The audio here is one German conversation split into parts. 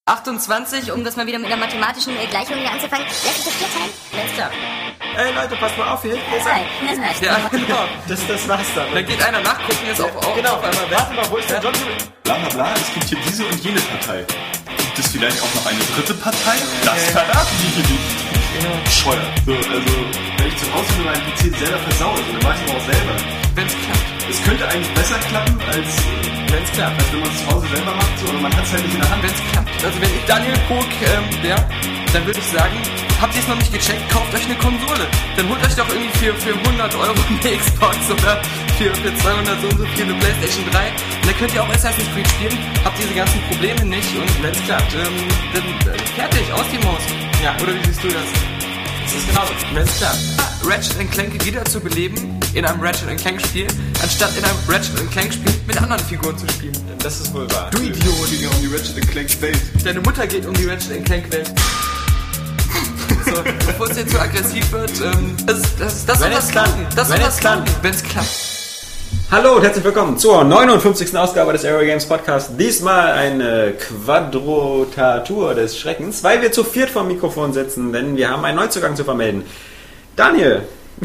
28, um das mal wieder mit einer mathematischen Gleichung hier anzufangen. Lässt sich das 4 teilen? Alles klar. Ey Leute, passt mal auf hier. Das Ja, genau. Das war's dann. Da geht einer nachgucken, jetzt auf Genau, auf einmal weg. warte mal, wo ist der John? Bla bla bla, es gibt hier diese und jene Partei. Gibt es vielleicht auch noch eine dritte Partei? Das verraten die hier nicht. Bescheuert. So, also, wenn ich zu Hause mit meinem PC selber versaue, dann mach ich es auch selber. Wenn's klappt. Es könnte eigentlich besser klappen, als Wenn's klappt. wenn man es zu Hause selber macht, so, aber man hat es halt nicht in der Hand. Wenn's klappt. Also wenn ich Daniel Pog wäre, dann würde ich sagen, habt ihr es noch nicht gecheckt, kauft euch eine Konsole. Dann holt euch doch irgendwie für 100 Euro eine Xbox oder für 200 so und so viel eine Playstation 3. Und dann könnt ihr auch Assassin's Creed spielen, habt diese ganzen Probleme nicht und wenn's klappt, dann fertig, aus die Maus. Ja, oder wie siehst du das? Das ist genauso. Wenn's klappt. Ratchet & Clank wieder zu beleben in einem Ratchet & Clank Spiel, anstatt in einem Ratchet & Clank Spiel mit anderen Figuren zu spielen. Das ist wohl wahr. Du Idiot! Es ging ja um die Ratchet & Clank Welt. Deine Mutter geht um die Ratchet & Clank Welt. So, bevor es jetzt zu aggressiv wird, das Wenn es klappt. Wenn es klappt. Wenn's klappt. Hallo und herzlich willkommen zur 59. Ausgabe des Aero Games Podcast. Diesmal eine Quadrotatur des Schreckens, weil wir zu viert vom Mikrofon sitzen, denn wir haben einen Neuzugang zu vermelden. Daniel.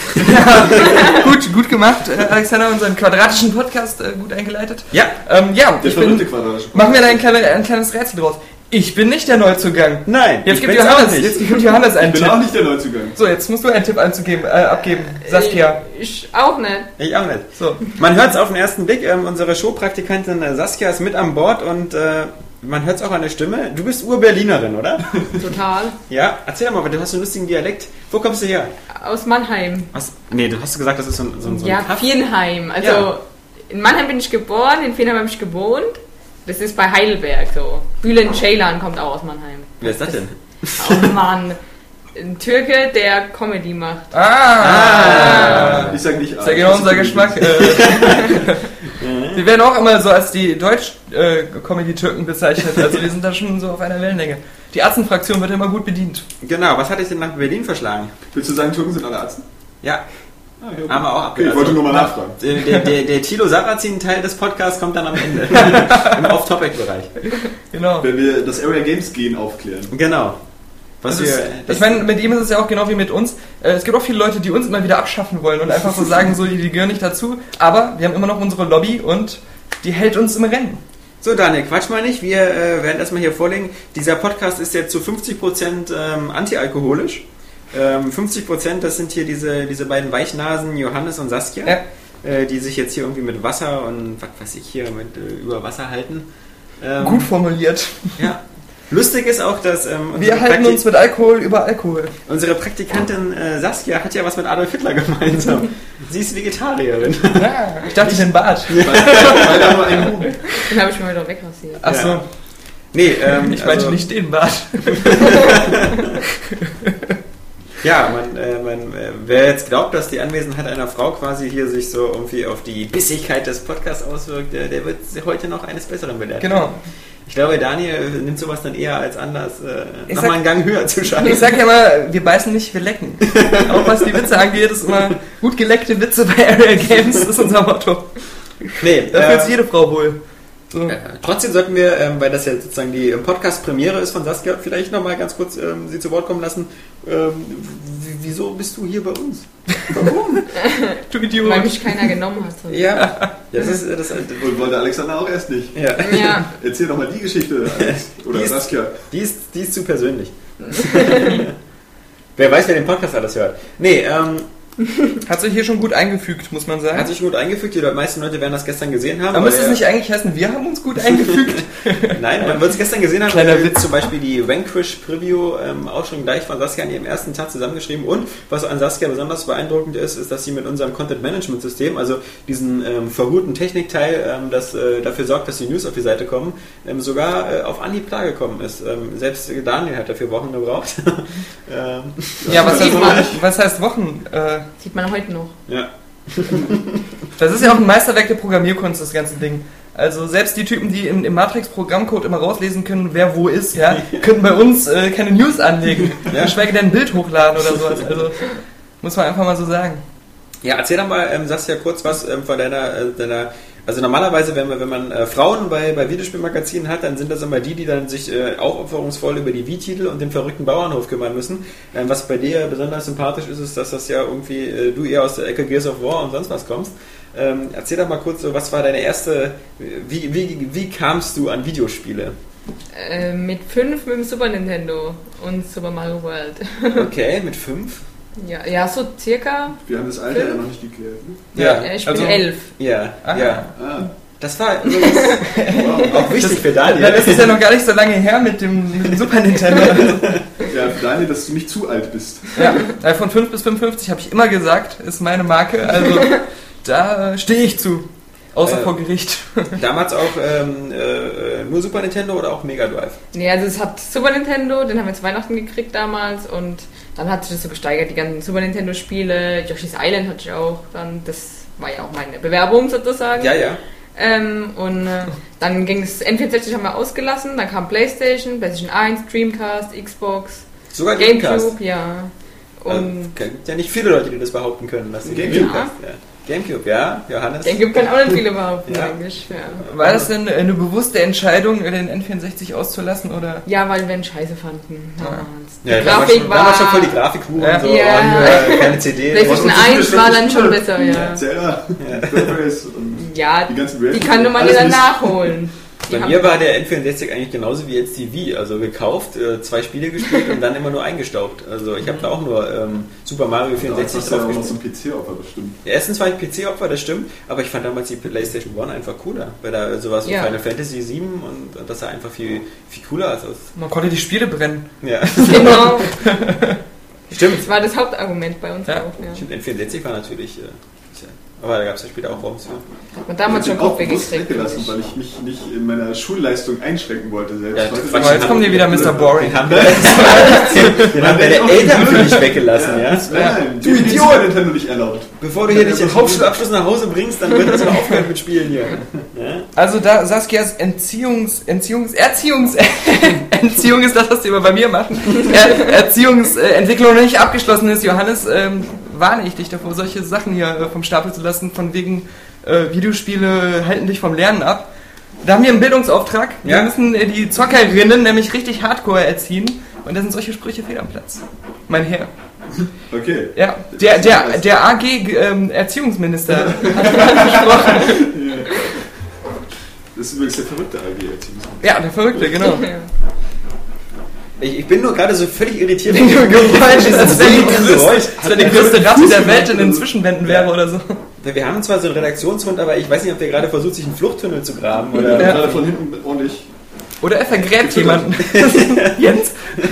Gut gemacht, Alexander, unseren quadratischen Podcast gut eingeleitet. Ja. Der verrückte quadratische. Machen wir da ein kleines Rätsel draus. Ich bin nicht der Neuzugang. Nein, Jetzt ich gibt bin's auch nicht. Johannes einen Ich bin Tipp. auch nicht der Neuzugang. So, jetzt musst du einen Tipp abgeben. Saskia. Ich auch nicht. Ich auch nicht. So. Man hört es auf den ersten Blick, unsere Showpraktikantin Saskia ist mit an Bord und man hört es auch an der Stimme. Du bist Ur-Berlinerin, oder? Total. Ja, erzähl doch mal, du hast einen lustigen Dialekt. Wo kommst du her? Aus Mannheim. Nee, du hast gesagt, das ist so ein Ja, Kaff. Viernheim. Also Ja. in Mannheim bin ich geboren, in Viernheim habe ich gewohnt. Das ist bei Heidelberg so. Bülent Ceylan kommt auch aus Mannheim. Wer ist das denn? Oh Mann. Ein Türke, der Comedy macht. Ich sag nicht Ist ja genau unser Geschmack. Wir werden auch immer so als die Deutsch-Comedy-Türken bezeichnet. Also wir sind da schon so auf einer Wellenlänge. Die Arzenfraktion wird immer gut bedient. Genau, was hat dich denn nach Berlin verschlagen? Willst du sagen, Türken sind alle Ärzte? Ja, Okay. haben wir auch Okay, ich wollte nur mal nachfragen. Der Thilo Sarrazin-Teil des Podcasts kommt dann am Ende. Im Off-Topic-Bereich. Genau. Wenn wir das Area Games Gen aufklären. Genau. Ich meine, mit ihm ist es ja auch genau wie mit uns. Es gibt auch viele Leute, die uns immer wieder abschaffen wollen und einfach so sagen, so, die gehören nicht dazu. Aber wir haben immer noch unsere Lobby und die hält uns im Rennen. So, Daniel, quatsch mal nicht. Wir werden das mal hier vorlegen. Dieser Podcast ist jetzt zu 50% antialkoholisch. 50%, das sind hier diese beiden Weichnasen, Johannes und Saskia, die sich jetzt hier irgendwie mit Wasser und was weiß ich hier über Wasser halten. Gut formuliert. Ja. Lustig ist auch, dass Wir halten uns mit Alkohol über Alkohol. unsere Praktikantin Saskia hat ja was mit Adolf Hitler gemeinsam. Sie ist Vegetarierin. Ja, ich dachte, ich bin Bart. Weil da nur ein Huhn. Den habe ich mir wieder wegrasiert. Achso, Ja. Nee, ich meinte nicht den Bart. Ja, wer jetzt glaubt, dass die Anwesenheit einer Frau quasi hier sich so irgendwie auf die Bissigkeit des Podcasts auswirkt, der wird heute noch eines Besseren belehrt. Genau. Ich glaube, Daniel nimmt sowas dann eher als Anlass, Ich nochmal sag- einen Gang höher zu schalten. Ich sag ja mal, wir beißen nicht, wir lecken. Auch was die Witze angeht, ist immer gut geleckte Witze bei Area Games, ist unser Motto. Nee, Da fühlt sich jede Frau wohl. So. trotzdem sollten wir, weil das ja sozusagen die Podcast-Premiere ist von Saskia, vielleicht nochmal ganz kurz sie zu Wort kommen lassen. Wieso bist du hier bei uns? Warum? Du Idiot. Weil mich keiner genommen hat. So. Ja, das ist Und wollte Alexander auch erst nicht. ja. Ja. Erzähl doch mal die Geschichte, Alex. Oder Die ist- Saskia. Die ist zu persönlich. Wer weiß, wer den Podcast alles hört. Nee, Hat sich hier schon gut eingefügt, muss man sagen. hat sich gut eingefügt. Die meisten Leute werden das gestern gesehen haben. Aber müsste es der- nicht eigentlich heißen, wir haben uns gut eingefügt? Nein, man wird es gestern gesehen haben. Kleiner weil Witz. Zum Beispiel die Vanquish Preview auch schon gleich von Saskia an ihrem ersten Tag zusammengeschrieben. Und was an Saskia besonders beeindruckend ist, dass sie mit unserem Content-Management-System, also diesen verhurten Technikteil, das dafür sorgt, dass die News auf die Seite kommen, sogar auf Anhieb klargekommen ist. Selbst Daniel hat dafür Wochen gebraucht. Ja, Sieht man. was heißt Wochen? Sieht man heute noch. Ja. Das ist ja auch ein Meisterwerk der Programmierkunst, das ganze Ding. Also selbst die Typen, die im Matrix-Programmcode immer rauslesen können, wer wo ist, ja, können bei uns keine News anlegen. Ja. Geschweige denn ein Bild hochladen oder sowas. Also muss man einfach mal so sagen. Ja, erzähl doch mal, Saskia, kurz was von deiner Also normalerweise, wenn man Frauen bei Videospielmagazinen hat, dann sind das immer die dann sich aufopferungsvoll über die Wii-Titel und den verrückten Bauernhof kümmern müssen. Was bei dir besonders sympathisch ist, dass das ja irgendwie du eher aus der Ecke Gears of War und sonst was kommst. Erzähl doch mal kurz, so, was war deine erste, wie kamst du an Videospiele? Mit 5 mit dem Super Nintendo und Super Mario World. Okay, mit 5? Ja, so circa. Wir haben das Alter ja noch nicht geklärt. Ne? Ja, Ich bin 11. Ja, Ah. ja. Das war übrigens auch wichtig für Daniel. Das ist ja noch gar nicht so lange her mit dem Super Nintendo. Ja, für Daniel, dass du nicht zu alt bist. Ja, von 5 bis 55 habe ich immer gesagt, ist meine Marke. Also da stehe ich zu. Außer vor Gericht. Damals auch nur Super Nintendo oder auch Mega Drive? Nee, also es hat Super Nintendo, den haben wir zu Weihnachten gekriegt damals und dann hat sich das so gesteigert, die ganzen Super Nintendo Spiele, Yoshi's Island hatte ich auch dann, das war ja auch meine Bewerbung sozusagen. Ja, ja. Dann ging es, N64 haben wir ausgelassen, dann kam PlayStation 1, Dreamcast, Xbox, Sogar Gamecast. Gamecube, ja. Und Es gibt ja nicht viele Leute, die das behaupten können. Dass die Gamecube. Gamecube, ja, Johannes. Gamecube können auch nicht viele behaupten Ja. eigentlich. Ja. War das denn eine bewusste Entscheidung, den N64 auszulassen? Oder? Ja, weil wir ihn scheiße fanden damals. Ja, Die Grafik war schon voll die Grafikhure Ja. und so, Ja. und, keine CD. PlayStation Und so viele 1 war dann schlechte schon Spiele. besser, ja. Zelda, Breath und Ja, die ganzen die kann man alles ja dann Mist. nachholen. Die Bei haben- mir war der N64 eigentlich genauso wie jetzt die Wii. Also gekauft, 2 Spiele gespielt und dann immer nur eingestaubt. Also ich habe da auch nur Super Mario 64 das war ja drauf auch noch gespielt. so ein PC-Opfer bestimmt. Erstens war ich PC-Opfer, das stimmt, aber ich fand damals die PlayStation 1 einfach cooler, weil da sowas wie Ja. Final Fantasy 7 und das sah einfach viel cooler aus. Man konnte die Spiele brennen. Ja, Genau. stimmt. Das war das Hauptargument bei uns Ja. auch. Ja. Stimmt, N64 war natürlich, aber da gab es ja später auch ROMs für. Und damals schon ich auch Kopfweh bewusst gekriegt. weggelassen, weil ich mich nicht in meiner Schulleistung einschränken wollte selbst. Ja, Heute Quatsch. bin Aber jetzt kommt hier wieder Mr. Boring. Den haben deine Eltern für dich weggelassen, ja? Nein, du Idiot! Nintendo nicht erlaubt. Bevor du hier nicht den Hauptschulabschluss nach Hause bringst, dann wird das mal aufhören mit Spielen hier. Ja? Also da Saskias Erziehung ist das, was die immer bei mir machen. Erziehungsentwicklung nicht abgeschlossen ist. Johannes, warne ich dich davor, solche Sachen hier vom Stapel zu lassen, von wegen Videospiele halten dich vom Lernen ab. Da haben wir einen Bildungsauftrag. Ja. Wir müssen die Zockerinnen nämlich richtig hardcore erziehen. Und da sind solche Sprüche fehl am Platz. Mein Herr. Okay. Ja, der AG Erziehungsminister hat gesprochen. Das ist übrigens der verrückte AG-Erziehungsminister. Ja, der Verrückte, genau. Ja. Ich bin nur gerade so völlig irritiert. Das Das wäre die größte Ratte der Welt in den Zwischenwänden wäre oder so. Wir haben zwar so einen Redaktionshund, aber ich weiß nicht, ob der gerade versucht, sich einen Fluchttunnel zu graben. Oder Ja. Gerade von hinten ordentlich. Oder er vergräbt jemanden. Jens?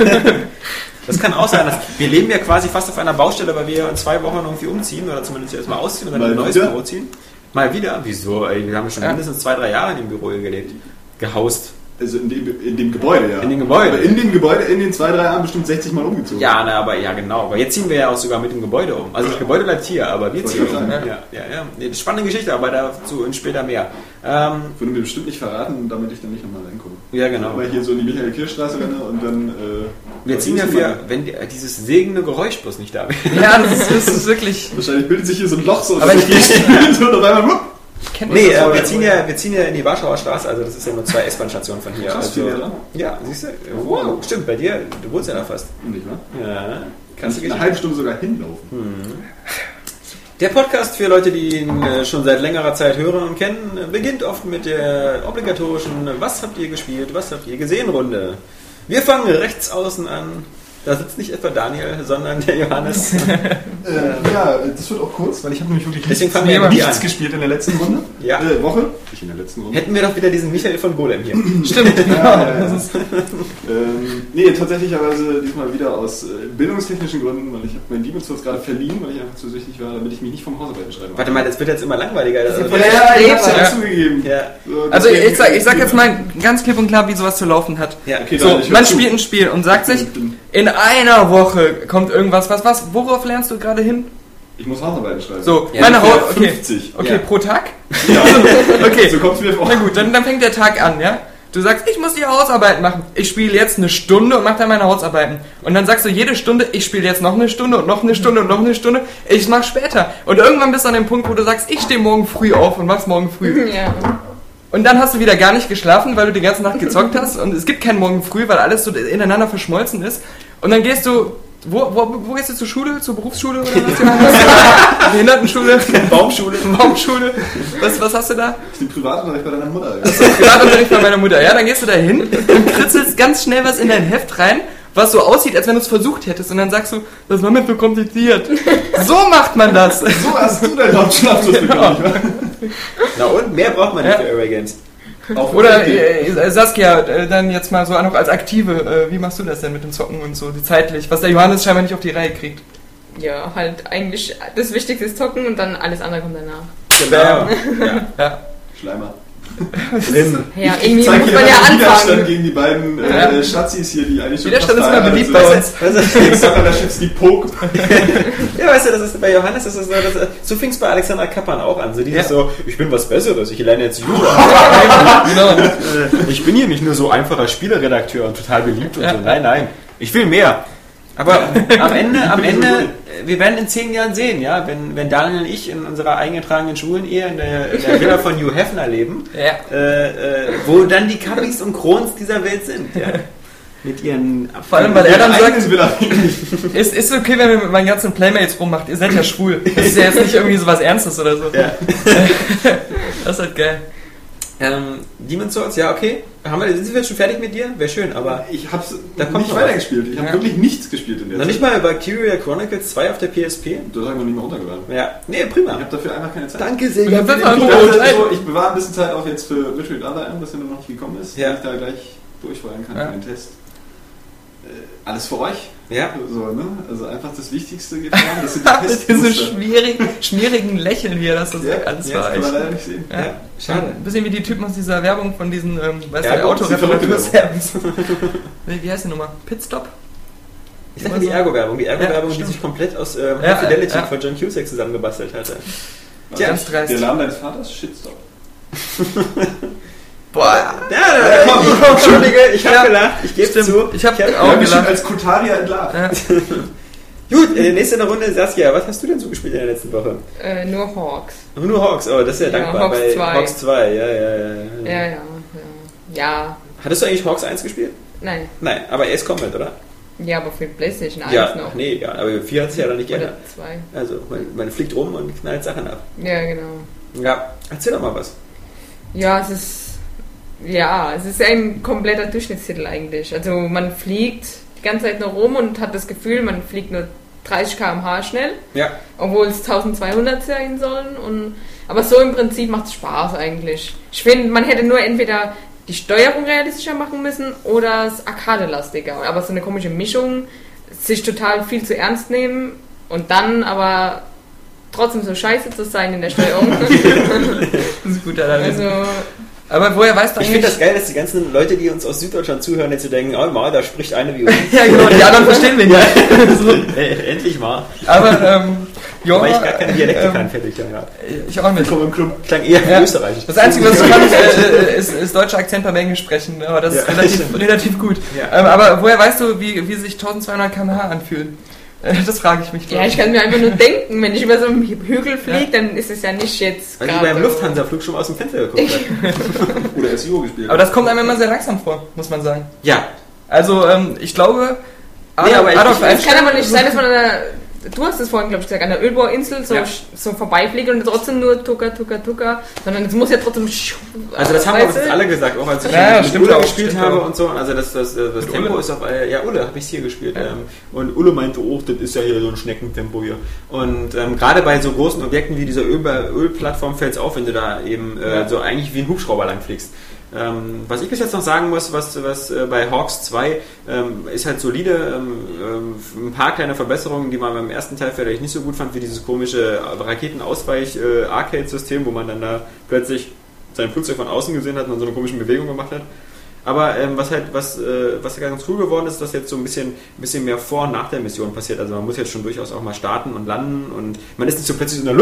Das kann auch sein. Wir leben ja quasi fast auf einer Baustelle, weil wir ja in 2 Wochen irgendwie umziehen oder zumindest erstmal ausziehen und dann Mal in ein neues wieder? Büro ziehen. Mal wieder? Wieso? Ey, wir haben schon mindestens 2-3 Jahre in dem Büro hier gelebt. Gehaust. Also in dem Gebäude, ja. In dem Gebäude. Aber in dem Gebäude in den 2-3 Jahren bestimmt 60 Mal umgezogen. Ja, ja, genau. Aber jetzt ziehen wir ja auch sogar mit dem Gebäude um. Also das Gebäude bleibt hier, aber wir ziehen Wollte um. ich Ja, sagen, ja. Nee, das ist eine spannende Geschichte, aber dazu später mehr. Würde mir bestimmt nicht verraten, damit ich dann nicht nochmal reinkomme. Ja, genau. Aber hier so in die Michael-Kirch-Straße renne und dann... Wir ziehen ja für, wenn dieses segende Geräusch bloß nicht da wäre. Ja, das ist wirklich... Wahrscheinlich bildet sich hier so ein Loch so. Aber und ich- so und auf einmal... wupp. Kennt Nee, das? wir ziehen ja in die Warschauer Straße, also das ist ja nur 2 S-Bahn-Stationen von hier. Krass, Also, viel näher dran. ja, siehst du? Wow, stimmt, bei dir, du wohnst ja da fast. Nicht wahr? Ja, Kannst du eine halbe Stunde sogar hinlaufen. Der Podcast für Leute, die ihn schon seit längerer Zeit hören und kennen, beginnt oft mit der obligatorischen Was habt ihr gespielt, was habt ihr gesehen Runde. Wir fangen rechts außen an. Da sitzt nicht etwa Daniel, sondern der Johannes. Ja, das wird auch kurz, weil ich habe nämlich wirklich Deswegen fangen wir ja nichts an. gespielt in der letzten Runde. Ja. Woche. Nicht in der letzten Runde. Hätten wir doch wieder diesen Michael von Golem hier. Stimmt, Nee, tatsächlicherweise diesmal wieder aus bildungstechnischen Gründen, weil ich habe mein Demon's Souls gerade verliehen, weil ich einfach zu süchtig war, damit ich mich nicht vom Hausarbeiten schreiben Warte mal, das wird jetzt immer langweiliger. Also, voll- Ja, ich hab's ja Ja. zugegeben. ja. So, Also deswegen- ich sag jetzt mal ganz klipp und klar, wie sowas zu laufen hat. Ja, Okay, So, dann, ich man hör zu. spielt ein Spiel und sagt sich, in einer Woche kommt irgendwas, worauf lernst du gerade hin? Ich muss Hausarbeiten schreiben. So, Ja, meine ungefähr okay. 50. Okay, Ja. pro Tag? Ja. Okay. So kommt's mir vor. Na gut, dann fängt der Tag an, ja? Du sagst, ich muss die Hausarbeiten machen. Ich spiele jetzt eine Stunde und mache dann meine Hausarbeiten. Und dann sagst du jede Stunde, ich spiele jetzt noch eine Stunde und noch eine Stunde und noch eine Stunde. Ich mach später. Und irgendwann bist du an dem Punkt, wo du sagst, ich stehe morgen früh auf und mach's morgen früh. Ja. Und dann hast du wieder gar nicht geschlafen, weil du die ganze Nacht gezockt hast. Und es gibt keinen Morgen früh, weil alles so ineinander verschmolzen ist. Und dann gehst du... Wo gehst du zur Schule? Zur Berufsschule oder was? Behindertenschule? Baumschule. Baumschule. Was hast du da? Die Privatunterricht bei deiner Mutter. Privatunterricht bei meiner Mutter. Ja, dann gehst du da hin und kritzelst ganz schnell was in dein Heft rein, was so aussieht, als wenn du es versucht hättest. Und dann sagst du, das war mir zu kompliziert. So macht man das. So hast du deinen Hauptschulabschluss bekommen. Na und? Mehr braucht man nicht für Airway Games. Oder Saskia, dann jetzt mal so noch als Aktive, wie machst du das denn mit dem Zocken und so, zeitlich, was der Johannes scheinbar nicht auf die Reihe kriegt? Ja, halt eigentlich das Wichtigste ist Zocken und dann alles andere kommt danach. Genau. Ja. Schleimer. Ja, irgendwie Ich zeig muss hier man ja den Widerstand anfangen. gegen die beiden Schatzis hier, die eigentlich schon Widerstand ist immer beliebt bei uns. Da schützt die Poke. Ja, weißt du, das ist bei Johannes, das ist so, so fing es bei Alexander Kappern auch an. So dieses so, ich bin was Besseres, ich lerne jetzt Jura. Genau. Ich bin hier nicht nur so einfacher Spieleredakteur und total beliebt und so. Nein. Ich will mehr. Aber am Ende, wir werden in 10 Jahren sehen, ja, wenn Daniel und ich in unserer eingetragenen Schulenehe in der Villa von Hugh Hefner leben, wo dann die Kappis und Krons dieser Welt sind, ja. Mit ihren... Vor allem, weil er dann sagt, ist okay, wenn ihr mit meinen ganzen Playmates rummacht, ihr seid ja schwul. Das ist ja jetzt nicht irgendwie so was Ernstes oder so. Ja. Das ist halt geil. Demon's Souls, ja, okay. Sind wir jetzt schon fertig mit dir? Wäre schön, aber... Ich hab's nicht weitergespielt. Ich habe wirklich nichts gespielt in der Noch Zeit. nicht mal Valkyria Chronicles 2 auf der PSP? Das habe ich noch nicht mal runtergeladen. Ja, nee, prima. Ich habe dafür einfach keine Zeit. Danke sehr. Ich bewahre ein bisschen Zeit auch jetzt für Virtual Other M, das ja noch nicht gekommen ist, Ja. dass ich da gleich durchfallen kann für den Test. Alles für euch. Ja. So, ne? Also einfach das Wichtigste getan. Das sind die Testmuster. Diese schmierigen Lächeln hier, dass das Ja, alles das war. kann man leider nicht sehen. Ja, schade. Ein bisschen wie die Typen aus dieser Werbung von diesen, weißt Ja, du, gut, Autoreparaturservice. Wie heißt die Nummer? Pitstop? Ich sag die Ergo-Werbung. Die Ergo-Werbung, die stimmt. sich komplett aus High Fidelity von John Cusack zusammengebastelt hatte. Tja, ganz dreist. Der Name deines Vaters? Shitstop. Boah. Ja, Entschuldige, ich hab gelacht. Ich gebe zu. Ich hab Ja, auch bestimmt gelacht. als Kutaria entlarvt. Gut, nächste Runde. Saskia, was hast du denn so gespielt in der letzten Woche? Nur Hawks. Nur Hawks, oh, das ist ja dankbar. Hawks bei 2. Hawks 2, Ja. Hattest du eigentlich Hawks 1 gespielt? Nein. Nein, aber Ace Combat, oder? Ja, aber für PlayStation 1 Ja, noch. nee, ja, aber 4 hat sich ja dann nicht Oder geändert. 2. Also, man fliegt rum und knallt Sachen ab. Ja, genau. Ja, erzähl doch mal was. Ja, es ist ein kompletter Durchschnittstitel eigentlich. Also man fliegt die ganze Zeit nur rum und hat das Gefühl, man fliegt nur 30 km/h schnell, Ja. obwohl es 1200 sein sollen. Aber so im Prinzip macht es Spaß eigentlich. Ich finde, man hätte nur entweder die Steuerung realistischer machen müssen oder das Arcade-lastiger. Aber so eine komische Mischung, sich total viel zu ernst nehmen und dann aber trotzdem so scheiße zu sein in der Steuerung. Das ist gut, Also... Aber woher weißt du Ich eigentlich... finde das geil, dass die ganzen Leute, die uns aus Süddeutschland zuhören, jetzt so denken, oh mal, da spricht eine wie uns. Ja, genau, die anderen verstehen wir nicht. So. Endlich mal. Aber, Weil ich gar keine Dialekte kann, fertig. Ja. Ich auch nicht. Komm im Club, klang eher wie österreichisch. Das Einzige, was ich kann, ist deutscher Akzent beim Englisch sprechen. Aber das ist relativ gut. Ja. Aber woher weißt du, wie sich 1200 km/h anfühlen? Das frage ich mich. Ja, ich kann mir einfach nur denken, wenn ich über so einen Hügel fliege, dann ist es ja nicht jetzt Weil ich beim Lufthansa-Flug schon mal aus dem Fenster geguckt habe. Oder SEO gespielt. Aber das kommt einem immer sehr langsam vor, muss man sagen. Ja. Also, ich glaube... Nee, aber Es kann aber nicht sein, dass man du hast es vorhin, glaube ich, gesagt, an der Ölbohrinsel so vorbeifliegt und trotzdem nur Tucker, sondern es muss ja trotzdem... Also das haben wir uns jetzt alle gesagt, auch als ich mit Ulle gespielt habe und so. Also das Tempo ist auf... Ja, Ulle habe ich hier gespielt. Ja. Und Ulle meinte, oh, das ist ja hier so ein Schneckentempo hier. Und gerade bei so großen Objekten wie dieser Ölplattform fällt es auf, wenn du da eben so eigentlich wie ein Hubschrauber lang fliegst. Was ich bis jetzt noch sagen muss, was bei Hawks 2 ist halt solide, ein paar kleine Verbesserungen, die man beim ersten Teil vielleicht nicht so gut fand, wie dieses komische Raketenausweich-Arcade-System, wo man dann da plötzlich sein Flugzeug von außen gesehen hat und so eine komische Bewegung gemacht hat. Aber was ganz cool geworden ist, dass jetzt so ein bisschen mehr vor und nach der Mission passiert. Also man muss jetzt schon durchaus auch mal starten und landen und man ist nicht so plötzlich in der Luft,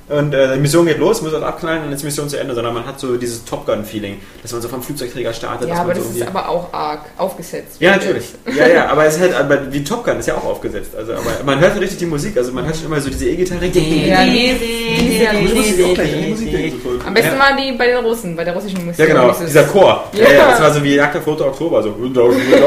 und die Mission geht los, muss das abknallen und dann ist die Mission zu Ende, sondern man hat so dieses Top Gun-Feeling, dass man so vom Flugzeugträger startet. Ja, dass aber man das so ist aber auch arg aufgesetzt. Ja, natürlich. Ja, aber es ist halt, aber wie Top Gun ist ja auch aufgesetzt. Also, aber man hört richtig die Musik, also man hat schon immer so diese E-Gitarre. Ja, die ist ja Ich muss auch gleich an die Musik denken. sofort. am besten waren die bei den Russen, bei der russischen Musik. Ja, genau, Dieses- dieser Chor. Ja. Das war so wie Jagd auf Rote Oktober, so. Und,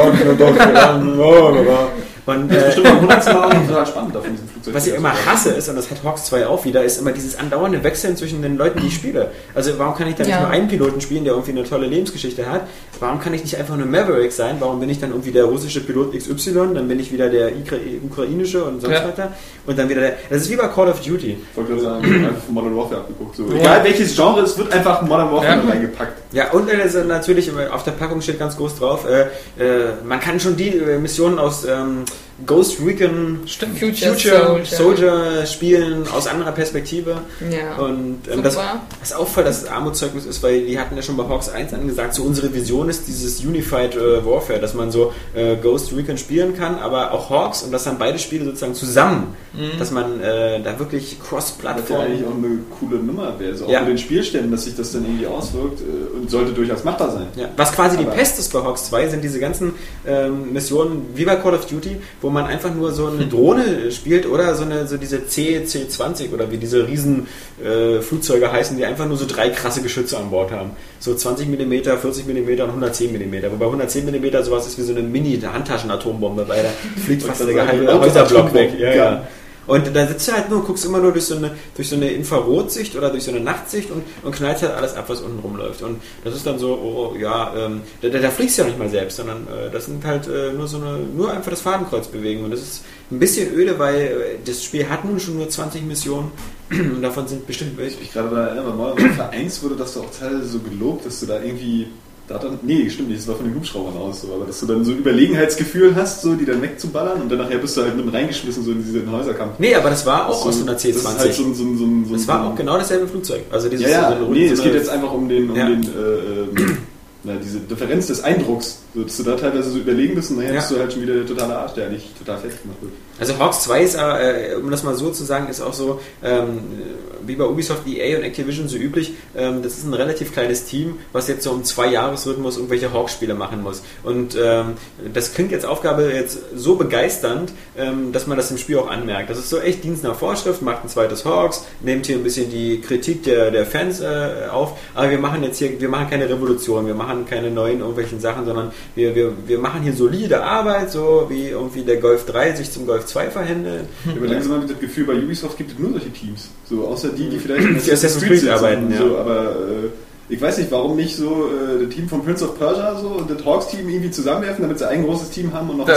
Das ist bestimmt am 100. Mal total spannend da von diesem Flugzeug. was ich immer hasse ist, und das hat Hawks 2 auch wieder, ist immer dieses andauernde Wechseln zwischen den Leuten, die ich spiele. Also warum kann ich da nicht Ja. nur einen Piloten spielen, der irgendwie eine tolle Lebensgeschichte hat? Warum kann ich nicht einfach nur Maverick sein? Warum bin ich dann irgendwie der russische Pilot XY? Dann bin ich wieder der ukrainische und sonst weiter. Und dann wieder der... Das ist wie bei Call of Duty. Ich wollte gerade sagen, einfach von Modern Warfare abgeguckt. So. Egal welches Genre, es wird einfach Modern Warfare reingepackt. Ja, und natürlich auf der Packung steht ganz groß drauf, man kann schon die Missionen aus Ghost Recon Future Soldier spielen aus anderer Perspektive. Ja. Und Super. das auch voll das Armutszeugnis ist, weil die hatten ja schon bei Hawks 1 angesagt, so unsere Vision ist dieses Unified Warfare, dass man so Ghost Recon spielen kann, aber auch Hawks und dass dann beide Spiele sozusagen zusammen, dass man da wirklich Das Cross-Plattform... ja eigentlich auch eine coole Nummer wäre, so auch Ja. mit den Spielständen, dass sich das dann irgendwie auswirkt und sollte durchaus machbar sein. Ja, was quasi die Aber- Pest ist bei Hawks 2, sind diese ganzen Missionen wie bei Call of Duty, wo man einfach nur so eine Drohne spielt oder so diese C-20 oder wie diese riesen Flugzeuge heißen, die einfach nur so 3 krasse Geschütze an Bord haben. So 20 mm, 40 mm und 110 mm. Wobei 110 mm sowas ist wie so eine Mini-Handtaschen-Atombombe, weil da fliegt fast der halbe Häuserblock weg. Ja. Und da sitzt du halt nur, guckst immer nur durch so eine Infrarotsicht oder durch so eine Nachtsicht und knallst halt alles ab, was unten rumläuft. Und das ist dann so, da fliegst du ja nicht mal selbst, sondern das sind halt nur einfach das Fadenkreuz bewegen. Und das ist ein bisschen öde, weil das Spiel hat nun schon nur 20 Missionen und davon sind bestimmt welche. Ich gerade daran erinnere, bei Modern Warfare 1 wurde das doch auch teilweise so gelobt, dass du da irgendwie... Nee, stimmt nicht, das war von den Hubschraubern aus so, aber dass du dann so ein Überlegenheitsgefühl hast, so, die dann wegzuballern und dann nachher bist du halt mit reingeschmissen so in diesen Häuserkampf. Nee, aber das war auch so, aus so einer C20. Das ist halt so Das war auch genau dasselbe Flugzeug. Also dieses es geht jetzt einfach um diese Differenz des Eindrucks, so, dass du da teilweise so überlegen bist und nachher bist du halt schon wieder der totale Arsch, der nicht total festgemacht wird. Also Hawks 2 ist, um das mal so zu sagen, ist auch so, wie bei Ubisoft, EA und Activision so üblich, das ist ein relativ kleines Team, was jetzt so im 2-Jahres-Rhythmus irgendwelche Hawks-Spiele machen muss. Und das klingt jetzt Aufgabe jetzt so begeisternd, dass man das im Spiel auch anmerkt. Das ist so echt Dienst nach Vorschrift, macht ein zweites Hawks, nehmt hier ein bisschen die Kritik der Fans auf, aber wir machen keine Revolution, wir machen keine neuen irgendwelchen Sachen, sondern wir machen hier solide Arbeit, so wie irgendwie der Golf 3 sich zum Golf 2 verhändelt. Aber langsam habe ich das Gefühl, bei Ubisoft gibt es nur solche Teams. So, außer die vielleicht in die Assassin's Creed arbeiten, ja. So, aber ich weiß nicht, warum nicht so das Team von Prince of Persia so und das Hawks-Team irgendwie zusammenwerfen, damit sie ein großes Team haben und noch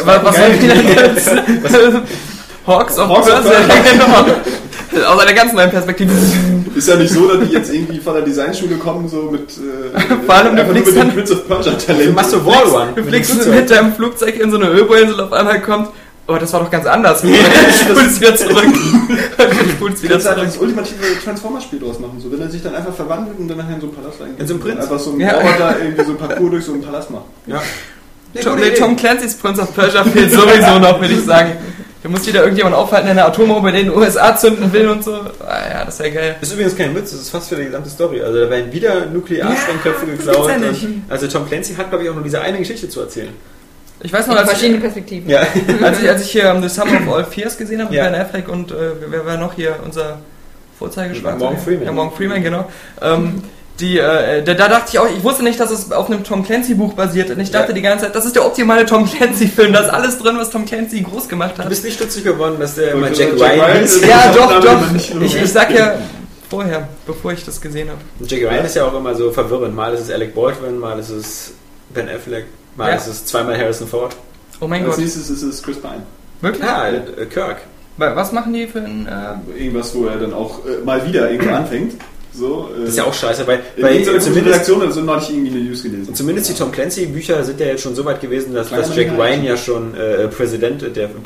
Hawks of Persia, genau. Aus einer ganz neuen Perspektive. Ist ja nicht so, dass die jetzt irgendwie von der Designschule kommen, so mit, Vor allem, du einfach nur fliegst mit dem dann- Prince of Persia-Talent. Du machst so Wallrun. Du fliegst mit deinem Flugzeug in so eine Ölbohrinsel, auf einmal kommt, oh, das war doch ganz anders. Du spulst wieder zurück. Du spulst Du wieder kannst halt zurück. das ultimative Transformer-Spiel draus machen, so wenn er sich dann einfach verwandelt und dann nachher in so einen Palast reingeht. In so einen Prinz. Einfach so ein Ja. Roboter irgendwie so ein Parcours durch so einen Palast macht. Ja. Tom Clancy's Prince of Persia fehlt sowieso noch, würde ich sagen. Da muss wieder irgendjemand aufhalten, der eine Atombombe in den USA zünden will und so. Ah, ja, das wäre geil. Das ist übrigens kein Witz, das ist fast für die gesamte Story. Also da werden wieder Nuklearsprengköpfe geklaut. gibt's ja nicht. Und, also Tom Clancy hat, glaube ich, auch nur diese eine Geschichte zu erzählen. Ich weiß noch, In als verschiedenen ich, Perspektiven. Ja. als ich hier The Summer of All Fears gesehen habe mit Ja. Ben Affleck und wer war noch hier unser Vorzeigeschwarzer? Morgan Freeman. Ja, Morgan Freeman, genau. Da dachte ich auch, ich wusste nicht, dass es auf einem Tom Clancy Buch basiert und ich dachte die ganze Zeit, das ist der optimale Tom Clancy Film, da ist alles drin, was Tom Clancy groß gemacht Du hat. bist nicht stutzig geworden, dass der immer Und Jack Jack Ryan Ryan ist. ist- Ja, Das doch, ist doch. nicht nur- Ich sag ja vorher, bevor ich das gesehen habe. Jack Ryan ist ja auch immer so verwirrend. Mal ist es Alec Baldwin, mal ist es Ben Affleck, mal Ja. ist es zweimal Harrison Ford. Oh mein Als Gott. nächstes ist es Chris Pine. Wirklich? Ja, Kirk. Was machen die für ein... Irgendwas, wo er dann auch mal wieder irgendwo anfängt. So, Das ist ja auch scheiße, weil zumindest zumindest, Redaktion oder so neulich irgendwie eine News gelesen. zumindest die Tom Clancy Bücher sind ja jetzt schon so weit gewesen, dass Kleiner Jack Minderheit. Ryan ja schon President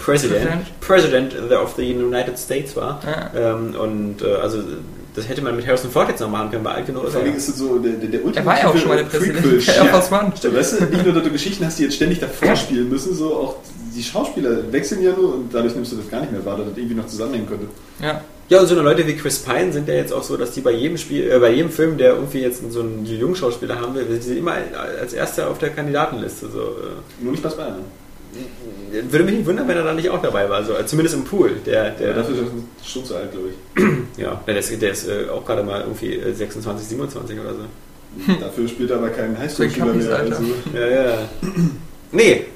of the United States war. Ja. Also das hätte man mit Harrison Ford jetzt noch machen können, weil alt genug ist Vor er. allem ist es so der ultimative Er war ja auch schon mal der Präsident Prequel-Shit. der Air Force One. Weißt du, nicht nur, dass du Geschichten hast, die jetzt ständig davor spielen müssen, so auch die Schauspieler wechseln ja nur und dadurch nimmst du das gar nicht mehr wahr, dass das irgendwie noch zusammenhängen könnte. Ja. Ja, und so eine Leute wie Chris Pine sind ja jetzt auch so, dass die bei jedem Film, der irgendwie jetzt so einen Jungschauspieler haben will, die sind immer als Erster auf der Kandidatenliste. So. Nur nicht Bas Bayern. Würde mich nicht wundern, wenn er da nicht auch dabei war, so, zumindest im Pool. Dafür ist er schon zu alt, glaube ich. Ja, der ist auch gerade mal irgendwie 26, 27 oder so. Dafür spielt er aber keinen Highschool-Spieler mehr. Also. Ja. Nee,